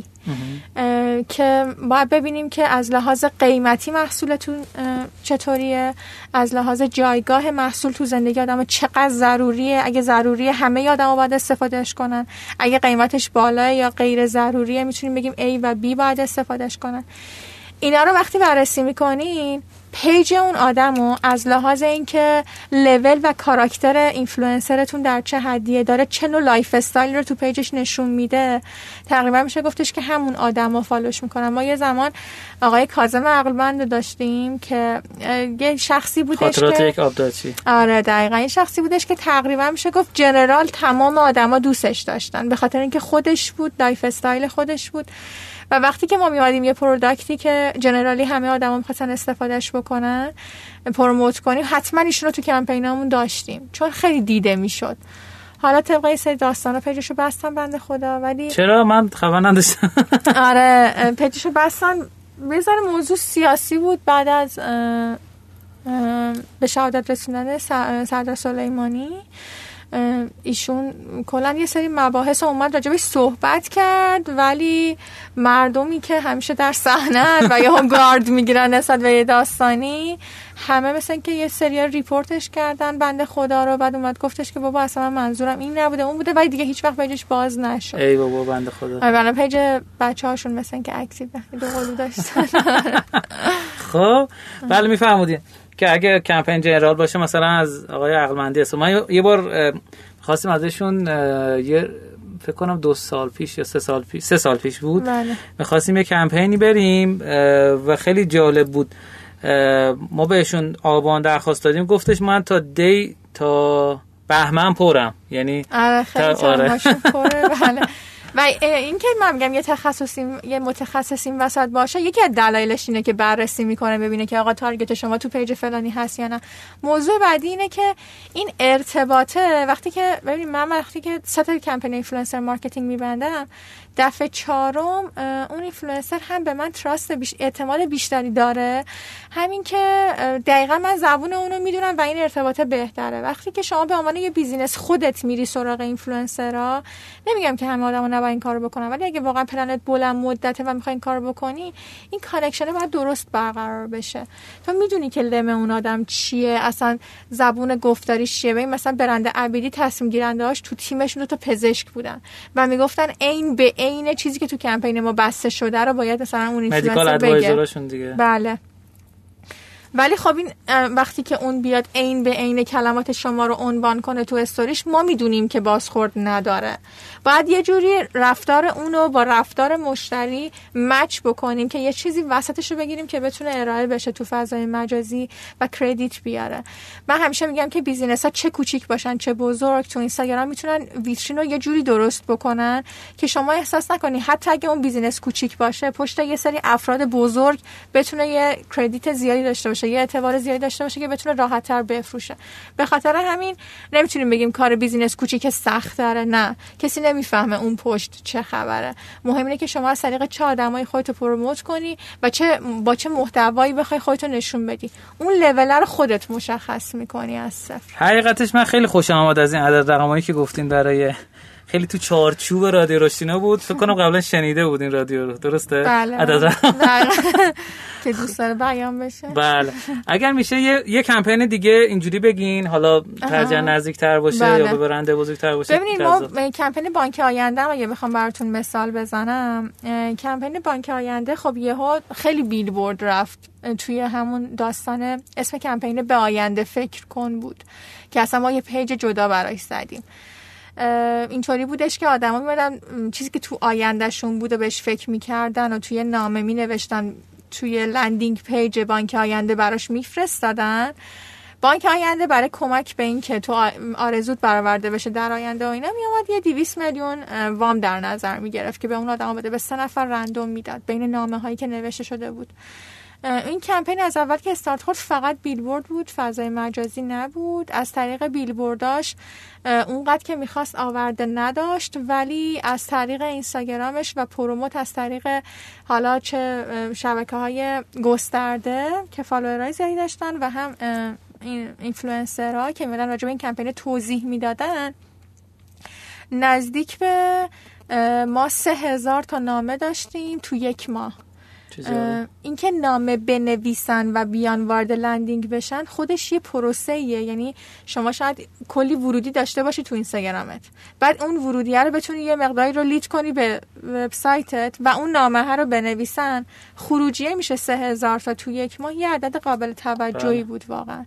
که باید ببینیم که از لحاظ قیمتی محصولتون چطوریه، از لحاظ جایگاه محصول تو زندگی آدم چقدر ضروریه، اگه ضروریه همه آدما باید استفادهش کنن، اگه قیمتش بالاه یا غیر ضروریه میتونیم بگیم A و B باید استفادهش کنن. اینا رو وقتی بررسی میکنین، پیج اون آدمو از لحاظ اینکه لول و کاراکتر اینفلوئنسرتون در چه حدیه، داره چه نوع لایف استایل رو تو پیجش نشون میده، تقریبا میشه گفتش که همون آدمو فالوش میکنن. ما یه زمان آقای کاظم عقلمند داشتیم که یه شخصی بودش خاطرات که یک آبدارچی، آره دقیقاً، این شخصی بودش که تقریبا میشه گفت جنرال تمام آدما دوستش داشتن به خاطر اینکه خودش بود، لایف استایل خودش بود. و وقتی که ما میادیم یه پروداکتی که جنرالی همه آدما می‌خواستن استفادهش بکنن پروموت کنیم، حتما ایشون رو تو کمپینامون داشتیم چون خیلی دیده میشد. حالا طبق این سری داستانا پیجشو بستن بنده خدا، ولی چرا من خبر نداشتم. آره پیجشو بستن، بذار موضوع سیاسی بود بعد از به شهادت رسوندن سردار سلیمانی ایشون کلا یه سری مباحث اومد راجبش صحبت کرد، ولی مردمی که همیشه در صحنه و یا هم گارد میگیرن نسبت به یه داستانی، همه مثلا که یه سری ریپورتش کردن بنده خدا رو، بعد اومد گفتش که بابا اصلا منظورم این نبوده اون بوده، ولی دیگه هیچ وقت پیجش باز نشد. ای بابا بنده خدا. الان پیج بچه‌هاشون مثلا که اکتیو دو قلو داشتن. خب بله میفهمودین که اگه کمپین جنرال باشه مثلا از آقای عقلمندی است. من یه بار خواستیم ازشون یه فکر کنم 2 سال پیش یا 3 سال پیش بود، می‌خواستیم یه کمپینی بریم و خیلی جالب بود. ما بهشون آبان درخواست دادیم، گفتش من تا بهمن پرم، یعنی خیلی جانباشون پره. بله. و این که من میگم یه متخصصیم وسط باشه، یکی از دلایلش اینه که بررسی میکنه ببینه که آقا تارگت شما تو پیج فلانی هست یا نه. موضوع بعدی اینه که این ارتباطه، وقتی که ببینید من وقتی که سطح کمپین اینفلوئنسر مارکتینگ میبندم، دفعه 4 اون اینفلوئنسر هم به من اعتماد بیشتری داره، همین که دقیقاً من زبون اونو میدونم و این ارتباطه بهتره. وقتی که شما به عنوان یه بیزینس خودت میری سراغ اینفلوئنسرها، نمیگم که همه آدما نباید این کارو بکنن، ولی اگه واقعا پلنت بلند مدته و میخوای این کارو بکنی، این کانکشن باید درست برقرار بشه. تو میدونی که لم اون آدم چیه، اصلا زبون گفتاریش چیه. ببین مثلا برنده عبیدی تصمیم گیرنده‌هاش تو تیمشون 2 تا پزشک بودن و میگفتن عین به عین چیزی که تو کمپین ما بسته شده رو باید مثلا اون اینفلوئنسر بگه. دیگه. بله. ولی خب این وقتی که اون بیاد عین به عین کلمات شما رو عنوان کنه تو استوریش، ما میدونیم که بازخورد نداره. باید یه جوری رفتار اونو با رفتار مشتری مچ بکنیم که یه چیزی وسطش رو بگیریم که بتونه ارائه بشه تو فضای مجازی و کردیت بیاره. من همیشه میگم که بیزینس‌ها چه کوچیک باشن چه بزرگ، تو اینستاگرام میتونن ویترین رو یه جوری درست بکنن که شما احساس نکنی حتی اگه اون بیزینس کوچیک باشه، پشت یه سری افراد بزرگ بتونه یه کردیت زیادی داشته باشه، یه اعتبار زیادی داشته باشه که بتونه راحت‌تر بفروشه. به خاطر همین نمیتونیم بگیم کار بیزینس کوچیک سخت داره، نه، کسی نمیفهمه اون پشت چه خبره. مهم اینه که شما از طریق چه آدمایی خودتو پروموت کنی و با چه محتوایی بخوای خودتو نشون بدی. اون لول رو خودت مشخص میکنی از صفر. حقیقتش من خیلی خوشم اومد از این عدد رقمایی که گفتین، برای خیلی تو چارچوب رادیو روشنا بود. فکر کنم قبلا شنیده بود این رادیو رو، درسته؟ بله. عدد که دوست داره بیان بشه. بله. اگر میشه یه کمپین دیگه اینجوری بگین، حالا ترجیح نزدیک‌تر باشه بله. یا به برنده بزرگتر باشه. ببینید ما کمپین بانک آینده اگه بخوام براتون مثال بزنم، کمپین بانک آینده خب یهو خیلی بیلبورد رفت توی همون داستان. اسم کمپین به آینده فکر کن بود که اصلا ما یه پیج جدا براش زدیم. اینطوری بودش که آدما میمدن چیزی که تو آیندهشون بوده بهش فکر میکردن و توی نامه مینوشتن، توی لندینگ پیج بانک آینده براش میفرستادن. بانک آینده برای کمک به این که تو آرزوت برآورده بشه در آینده و اینا میومد یه 200 میلیون وام در نظر میگرفت که به اون آدما بده، به 3 نفر رندوم میداد بین نامه هایی که نوشته شده بود. این کمپین از اول که استارت خورد فقط بیلبورد بود، فضای مجازی نبود. از طریق بیلبورداش اونقدر که میخواست آورده نداشت، ولی از طریق اینستاگرامش و پروموت از طریق حالا چه شبکه‌های گسترده که فالوورای زیادی داشتن و هم اینفلوئنسرها که میدن راجع به این کمپین توضیح میدادن، نزدیک به ما 3000 تا نامه داشتیم تو 1 ماه. این که نامه بنویسن و بیان وارد لندینگ بشن خودش یه پروسه‌ایه. یعنی شما شاید کلی ورودی داشته باشی تو اینستاگرامت، بعد اون ورودیه رو بتونی یه مقداری رو لید کنی به وبسایتت و اون نامه ها رو بنویسن، خروجیه میشه 3000 تا تو 1 ماه. یه عدد قابل توجهی بود واقعا.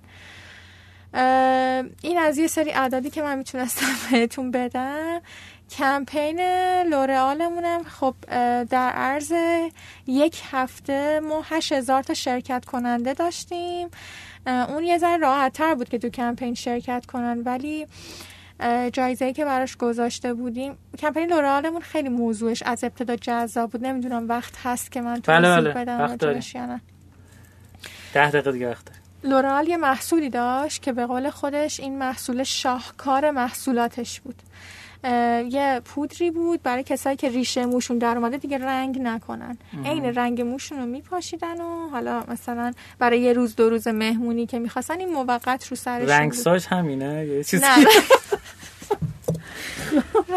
این از یه سری اعدادی که من میتونستم بهتون بدم. کمپین لورئالمونم خب در عرض 1 هفته ما 8000 تا شرکت کننده داشتیم. اون یه ذره راحت تر بود که تو کمپین شرکت کنن، ولی جایزه‌ای که براش گذاشته بودیم، کمپین لورئالمون خیلی موضوعش از ابتدا جذاب بود. نمیدونم وقت هست که من توضیح بدم راجعش یا نه. 10 دقیقه دیگه وقت داریم. لورئال یه محصولی داشت که به قول خودش این محصول شاهکار محصولاتش بود. یه پودری بود برای کسایی که ریشه موشون در اومده دیگه رنگ نکنن، عین رنگ موشون رو میپاشیدن و حالا مثلا برای یه روز 2 روز مهمونی که میخواستن این موقت رو سرشون رنگساج همینه یه چیزی. نه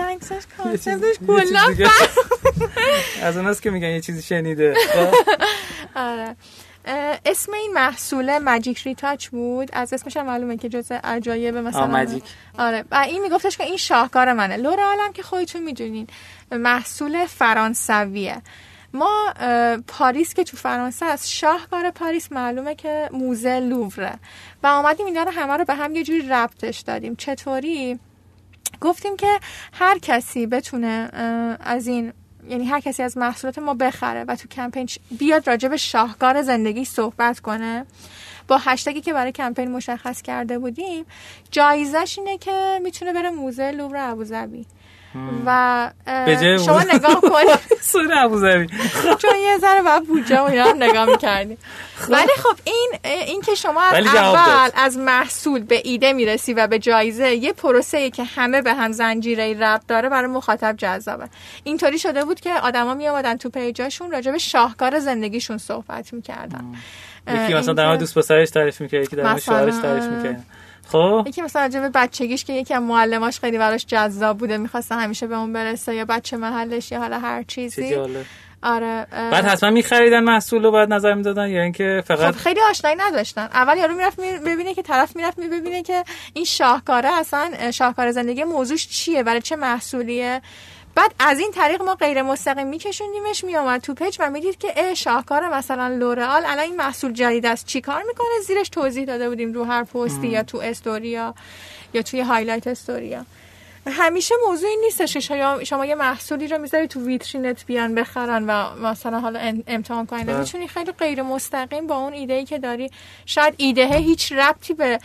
عکسش کانسپتش کلا از اوناست که میگن یه چیزی شنیده. آره. اسم این محصول ماجیک ریتاچ بود، از اسمش هم معلومه که جزء عجایب مثلا ماجیک. آره. و این میگفتش که این شاهکار منه. لورال هم که خودتون میدونین محصول فرانسویه. ما پاریس که تو فرانسه از شاهکار پاریس معلومه که موزه لووره و اومدیم اینا رو همه رو به هم یه جوری ربطش دادیم. چطوری؟ گفتیم که هر کسی بتونه از این، یعنی هر کسی از محصولات ما بخره و تو کمپین بیاد راجع به شاهکار زندگی صحبت کنه با هشتگی که برای کمپین مشخص کرده بودیم، جایزش اینه که میتونه بره موزه لوور ابوظبی و شما نگاه کنید سوره ابوظبی چون یه ذره بعد بودجه و اینا هم نگاه می‌کردیم. ولی خب این که شما از اول از محصول به ایده میرسی و به جایزه، یه پروسه‌ای که همه به هم زنجیره ربط داره، برای مخاطب جذابه. اینطوری شده بود که آدما میآمدن تو پیجاشون راجع به شاهکار زندگیشون صحبت می‌کردن. یکی مثلا در مورد دوست پسرش تعریف می‌کرد، یکی در مورد شوهرش تعریف می‌کرد. خب یکی مثلا راجع به بچگیش که یکی از معلماش خیلی براش جذاب بوده، می‌خواسته همیشه به اون برسه، یا بچه محلش، یا حالا هر چیزی. آره. بعد حتما می‌خریدن محصول رو، بعد نظر می‌دادن، یا اینکه فقط خب خیلی آشنایی نداشتن. اول یارو میرفت ببینه که طرف میرفت ببینه که این شاهکاره اصلا شاهکار زندگی موضوعش چیه، برای چه محصولیه. بعد از این طریق ما غیر مستقیم میکشوندیمش، میومد تو پیج و میدید که شاهکار مثلا لورال الان این محصول جدید است، چیکار میکنه، زیرش توضیح داده بودیم رو هر پستی یا تو استوریا یا توی هایلایت استوریا. همیشه موضوع این نیستش که شما یه محصولی رو میذاری تو ویترینت بیان بخرن و مثلا حالا امتحان کنین. میتونی خیلی غیر مستقیم با اون ایده‌ای که داری، شاید ایده هیچ ربطی به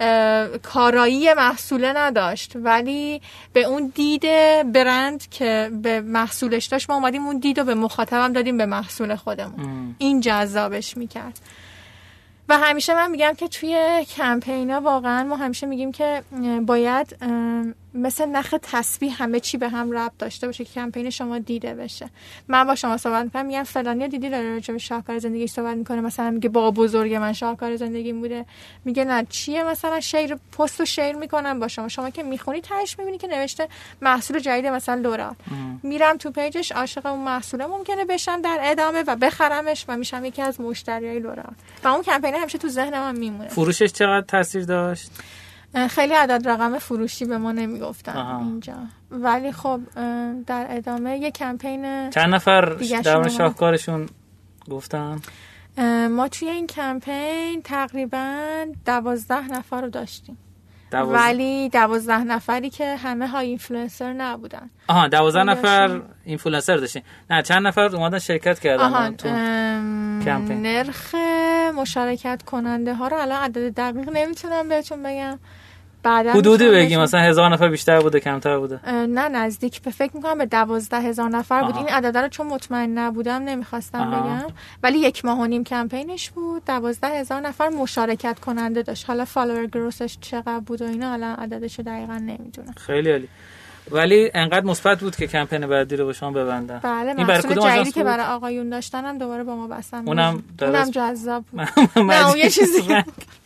کارایی محصول نداشت، ولی به اون دید برند که به محصولش داشت ما اومدیم اون دید رو به مخاطبم دادیم، به محصول خودمون. این جذابش میکرد. و همیشه من میگم که توی کمپینا واقعا ما همیشه میگیم که باید مثل نخ تسبیح همه چی به هم ربط داشته باشه که کمپین شما دیده بشه. من با شما صحبت میکنم، میگم فلانی دیدی داره راجع به شاهکار زندگی صحبت میکنه، مثلا میگه با بزرگ من شاهکار زندگیم بوده، میگه نه چیه، مثلا شیر پستو شیر میکنم با شما که میخونی تهش میبینی که نوشته محصول جدید مثلا لورال. میرم تو پیجش، عاشق اون محصوله ممکنه بشم در ادامه و بخرمش و میشم یکی از مشتریای لورال و اون کمپین همیشه تو ذهنم هم میمونه. فروشش چقدر تاثیر داشت؟ خیلی عدد رقم فروشی به ما نمیگفتن اینجا، ولی خب در ادامه یه کمپین چند نفر در شاهکارشون گفتن؟ ما توی این کمپین تقریبا 12 نفر رو داشتیم. ولی 12 نفری که همه های اینفلوئنسر نبودن. 12 نفر اینفلوئنسر داشتین. نه چند نفر اومدن شرکت کردن تو کمپین؟ نرخ مشارکت کننده ها رو الان عدد دقیق نمیتونم بهتون بگم. حدودی بگیم مثلا 1000 نفر بیشتر بوده کمتر بوده؟ نه نزدیک به فکر میکنم به 12,000 نفر بود. این عدد رو چون مطمئن نبودم نمیخواستم بگم، ولی 1.5 ماه کمپینش بود. 12,000 نفر مشارکت کننده داشت. حالا فالوور گروسش چقدر بود و اینا الان عددش دقیقاً نمیدونم. خیلی عالی. ولی انقدر مثبت بود که کمپین بعدی رو به شما ببندن. بله، این محصول جدیدی که برای آقایون داشتن هم دوباره با ما بستن. اونم جذاب بود. نه اون یه چیزی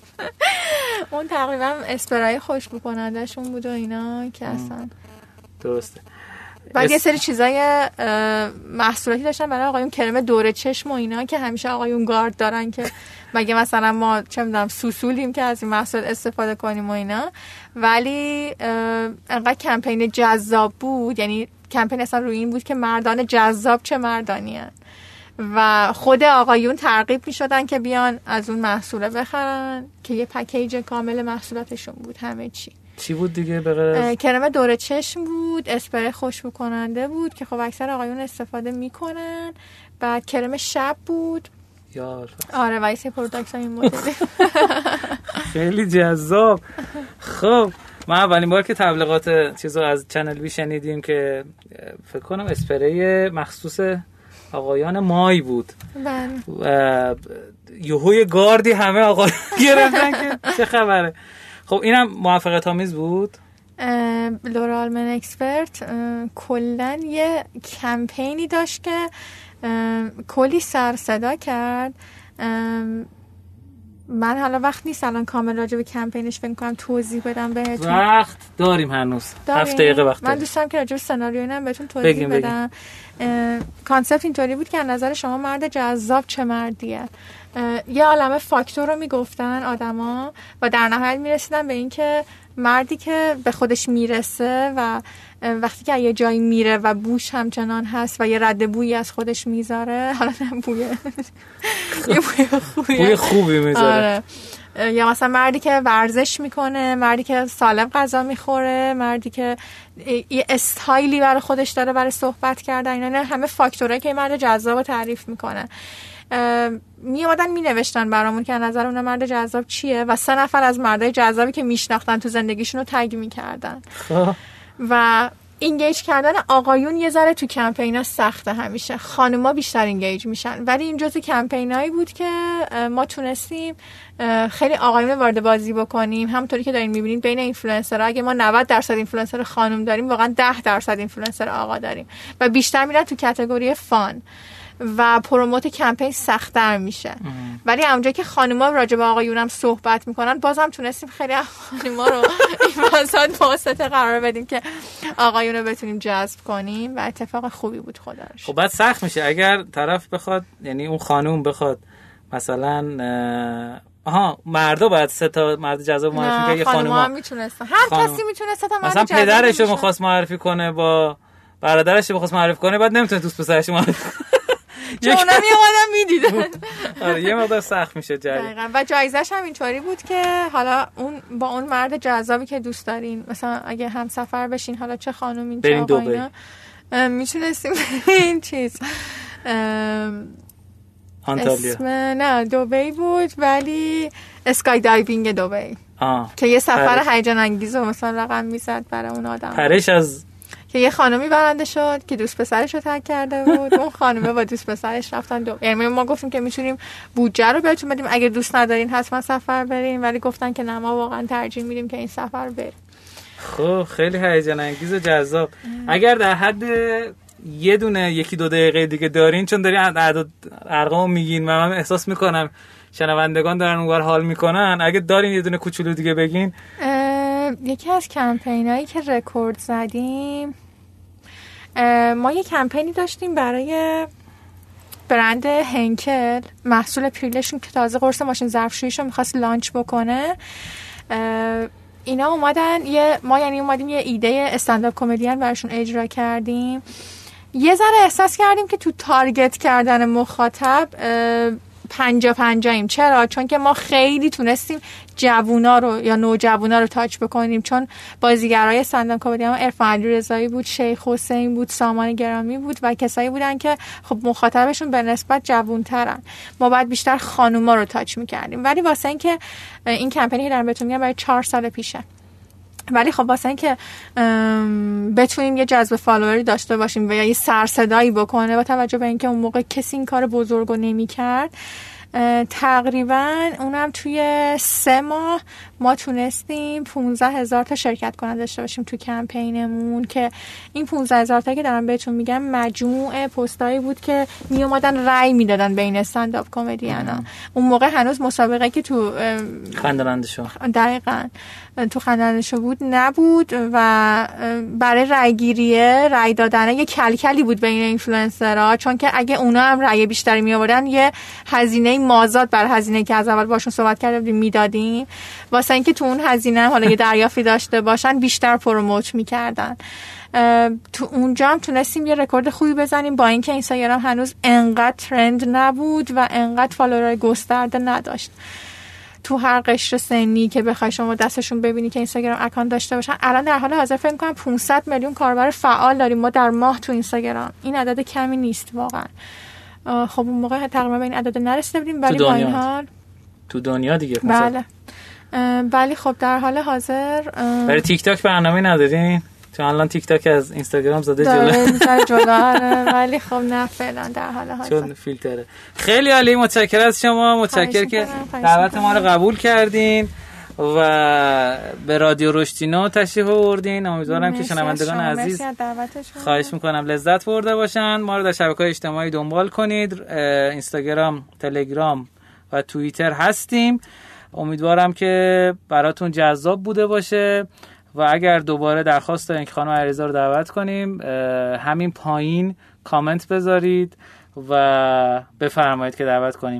اون تقریبا اسپرای خوشبو کنندشون بود و اینا که اصلا درسته. بعد یه سری چیزای محصولاتی داشتن برای آقایون، کرم دور چشم و اینا که همیشه آقایون گارد دارن که مگه مثلا ما چه میدونم سوسولیم که از این محصول استفاده کنیم و اینا. ولی انقدر کمپین جذاب بود، یعنی کمپین اصلا روی این بود که مردان جذاب چه مردانی هن. و خود آقایون ترغیب می شدن که بیان از اون محصوله بخرن که یه پکیج کامل محصولاتشون بود. همه چی بود دیگه؟ بغیر کرم دور چشم بود، اسپری خوشبو کننده بود که خب اکثر آقایون استفاده میکنن. بعد کرم شب بود. آره وایسی پروداکت این مدلی خیلی جذاب. خب ما اولین بار که تبلیغات چیزو از چنل بی شنیدیم که فکر کنم اسپری مخصوص آقایان مای بود. بله. یهوی گاردی همه آقایان گرفتن که چه خبره. خب اینم موفقیت آمیز بود. لورال من اکسپرت کلن یه کمپینی داشت که کلی سر صدا کرد. من حالا وقت نیست الان کامل راجع به کمپینش فکر کنم توضیح بدم بهتون. وقت داریم هنوز 7 دقیقه وقت من داریم. دوست دارم که راجع به سناریو اینم بهتون توضیح بدم. کانسپت اینطوری بود که از نظر شما مرد جذاب چه مردیه؟ یه عالمه فاکتور رو میگفتن آدما و در نهایت میرسیدن به این که مردی که به خودش میرسه و وقتی که یه جایی میره و بوش همچنان هست و یه رد بویی از خودش میذاره، حالا نه بویه یه بوی خوبی میذاره. یا مثلا مردی که ورزش میکنه، مردی که سالم غذا میخوره، مردی که یه استایلی برای خودش داره برای صحبت کردن. اینا همه فاکتورایی که مرد جذاب رو تعریف میکنه. می اومدن می نوشتن برامون که نظر اون مرد جذاب چیه و 3 نفر از مردای جذابی که میشناختن تو زندگیشون رو تگ میکردن. و اینگیج کردن آقایون یه ذره تو کمپینا سخته، همیشه خانوما بیشتر اینگیج میشن، ولی این جزء کمپینایی بود که ما تونستیم خیلی آقایون وارد بازی بکنیم. همونطوری که دارین میبینید بین اینفلوئنسرها اگه ما 90% اینفلوئنسر خانم داریم، واقعا 10% اینفلوئنسر آقا داریم و بیشتر میرن تو کاتگوری فان و پروموت کمپین سخت‌تر میشه. ولی اونجایی که خانوما راجع به آقایون هم صحبت میکنن، بازم تونستیم خیلی خانوما رو این وسط واسطه قرار بدیم که آقایون رو بتونیم جذب کنیم و اتفاق خوبی بود خدا رو. خب بعد سخت میشه اگر طرف بخواد، یعنی اون خانوم بخواد مثلا مردا باید 3 تا مرد جذاب معرفی کنه، یه خانوما هم میتونستن، هر کسی میتونسته تا مرد مثلا جذاب پدرش رو می‌خواست معرفی کنه با برادرش رو بخواست معرفی کنه، بعد نمیتونه دوست پسرش معرفی کنه چون اونا میامدن میدیدن. آره یه مقدار سخت میشه جایی. دقیقاً. و جایزش هم اینطوری بود که حالا اون با اون مرد جذابی که دوست دارین، مثلا اگه هم سفر بشین، حالا چه خانومین چه آقایون، میتونستیم این چیز آنتالیا نه دبی بود، ولی اسکای دایوینگ دبی که یه سفر هیجان انگیز و مثلا رقم میزد برای اون آدم. پرش از که یه خانمی برنده شد که دوست پسرش رو ترک کرده بود، اون خانمه با دوست پسرش رفتن یعنی ما گفتیم که میتونیم بودجه رو بهتون بدیم اگه دوست ندارین حتما سفر برین، ولی گفتن که نه، ما واقعا ترجیح میدیم که این سفر بریم. خب خیلی هیجان انگیز و جذاب. اگر در حد یه دونه 1-2 دقیقه دیگه دارین، چون دارین اعداد ارقامو میگین و من احساس میکنم شنوندگان دارن اونور حال میکنن، اگه دارین یه دونه کوچولو دیگه بگین. یکی از کمپینایی که رکورد زدیم، ما یه کمپینی داشتیم برای برند هنکل، محصول پریلشون که تازه قرص ماشین ظرفشوییشو میخواست لانچ بکنه. اینا اومدن ما یعنی اومدیم یه ایده استندآپ کمدین براشون اجرا کردیم. یه ذره احساس کردیم که تو تارگت کردن مخاطب 50-50 چرا؟ چون که ما خیلی تونستیم جوونا رو یا نوجوانا رو تاچ بکنیم، چون بازیگرای استندآپ کمدی ما عرفان علیرضایی بود، شیخ حسین بود، سامان گرامی بود و کسایی بودن که خب مخاطبشون به نسبت جوون‌ترن. ما باید بیشتر خانوما رو تاچ می‌کردیم، ولی واسه اینکه این کمپینی که دارم بهتون میگم برای 4 سال پیشه، ولی خب واسه اینکه بتونیم یه جذب فالووری داشته باشیم و یا یه سرصدایی بکنه، با توجه به اینکه اون موقع کسی این کار بزرگو نمی‌کرد، تقریبا اونم توی 3 ماه ما تونستیم 15,000 تا شرکت کننده داشته باشیم تو کمپینمون، که این 15,000 تا که دارم بهتون میگم مجموعه پستایی بود که می اومدن رأی میدادن بین استندآپ کمدینا. اون موقع هنوز مسابقه که تو خنداننده شو دقیقاً تو خنداننده شو بود نبود و برای رأی دادن یه کلکلی بود بین اینفلوئنسرها، چون که اگه اونا هم رأی بیشتری می آوردن یه هزینه مازاد برای هزینه که از اول باشون صحبت کرده بودیم میدادیم، واسه اینکه تو اون هزینه حالا یه دریافتی داشته باشن بیشتر پروموت میکردن. تو اونجا هم تونستیم یه رکورد خوبی بزنیم، با اینکه اینستاگرام هنوز انقدر ترند نبود و انقدر فالوورای گسترده نداشت. تو هر قشر سنی که بخوای شما دستشون ببینی که اینستاگرام اکانت داشته باشن، الان در حال حاضر فکر می‌کنم 500 میلیون کاربر فعال داریم ما در ماه تو اینستاگرام. این عدد کمی نیست واقعا. خب اون موقع تقریبا به این عدد نرسیده بودیم، ولی با این حال تو دنیا دیگه بله. ولی خب در حال حاضر برای تیک تاک برنامه ندارین؟ چون الان تیک تاک از اینستاگرام زده جلو. ولی خب نه فعلا در حال حاضر چون فیلتره. خیلی عالی، متشکرم از شما، متشکرم که دعوت ما رو قبول کردین و به رادیو رشتینو تشریف آوردین. امیدوارم که شنوندگان عزیز خواهش میکنم لذت برده باشن. ما رو در شبکه‌های اجتماعی دنبال کنید، اینستاگرام، تلگرام و توییتر هستیم. امیدوارم که براتون جذاب بوده باشه و اگر دوباره درخواست دارین که خانم علیرضا رو دعوت کنیم، همین پایین کامنت بذارید و بفرمایید که دعوت کنیم.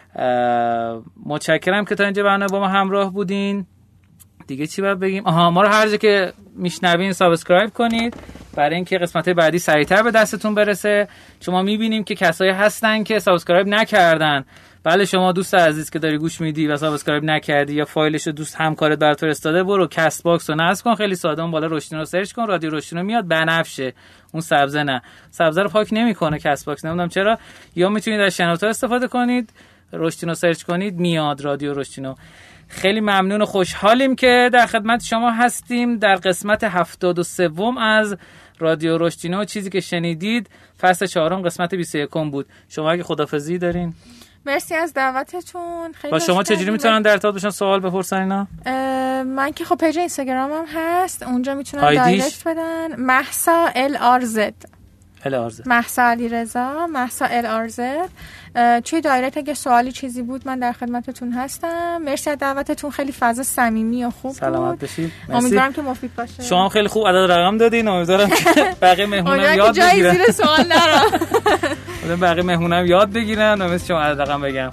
متشکرم که تا اینجا برنامه با ما همراه بودین. دیگه چی باید بگیم؟ ما رو هر جا که میشنوین سابسکرایب کنید برای اینکه قسمت‌های بعدی سریعتر به دستتون برسه. چون ما میبینیم که کسایی هستن که سابسکرایب نکردن. بله شما دوست عزیز که داری گوش میدی و سابسکرایب نکردی یا فایلشو دوست همکارت برات فرستاده، برو کست باکس رو نصب کن، خیلی ساده، اون بالا رشتینو رو سرچ کن، رادیو رشتینو میاد، بنفشه. اون سبزه نه، سبزه رو پاک نمیکنه کست باکس، نمیدونم چرا. یا میتونید از شنوتو استفاده کنید، رشتینو سرچ کنید میاد رادیو رشتینو. خیلی ممنون و خوشحالیم که در خدمت شما هستیم در قسمت 73 از رادیو رشتینو. چیزی که شنیدید فصل 4 قسمت 21 بود. شما اگه خدافظی دارین؟ مرسی از دعوتتون. خیلی با شما چجوری میتونن در ارتباط بشن، سوال بپرسن اینا؟ من که خب پیج اینستاگرامم هست، اونجا میتونن دایرکت بدن. مهسا LRZ مهسا علیرضا، مهسا LRZ. توی دایرکت اگه سوالی چیزی بود من در خدمتتون هستم. مرسی از دعوتتون، خیلی فضا صمیمی و خوب بود. سلامت بشید. امیدوارم که مفید باشه. شما خیلی خوب عدد رقم دادین، امیدوارم که بقیه مهمونام یاد بگیرن. جای زیر سوال نرم. بقیه مهمونام یاد بگیرن و مثل شما عدد رقم بگم.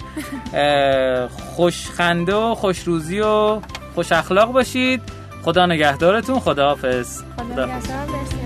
خوشخنده و خوشروزی و خوش اخلاق باشید. خدا نگهدارتون. خداحافظ. خدا نگهدار. مرسی.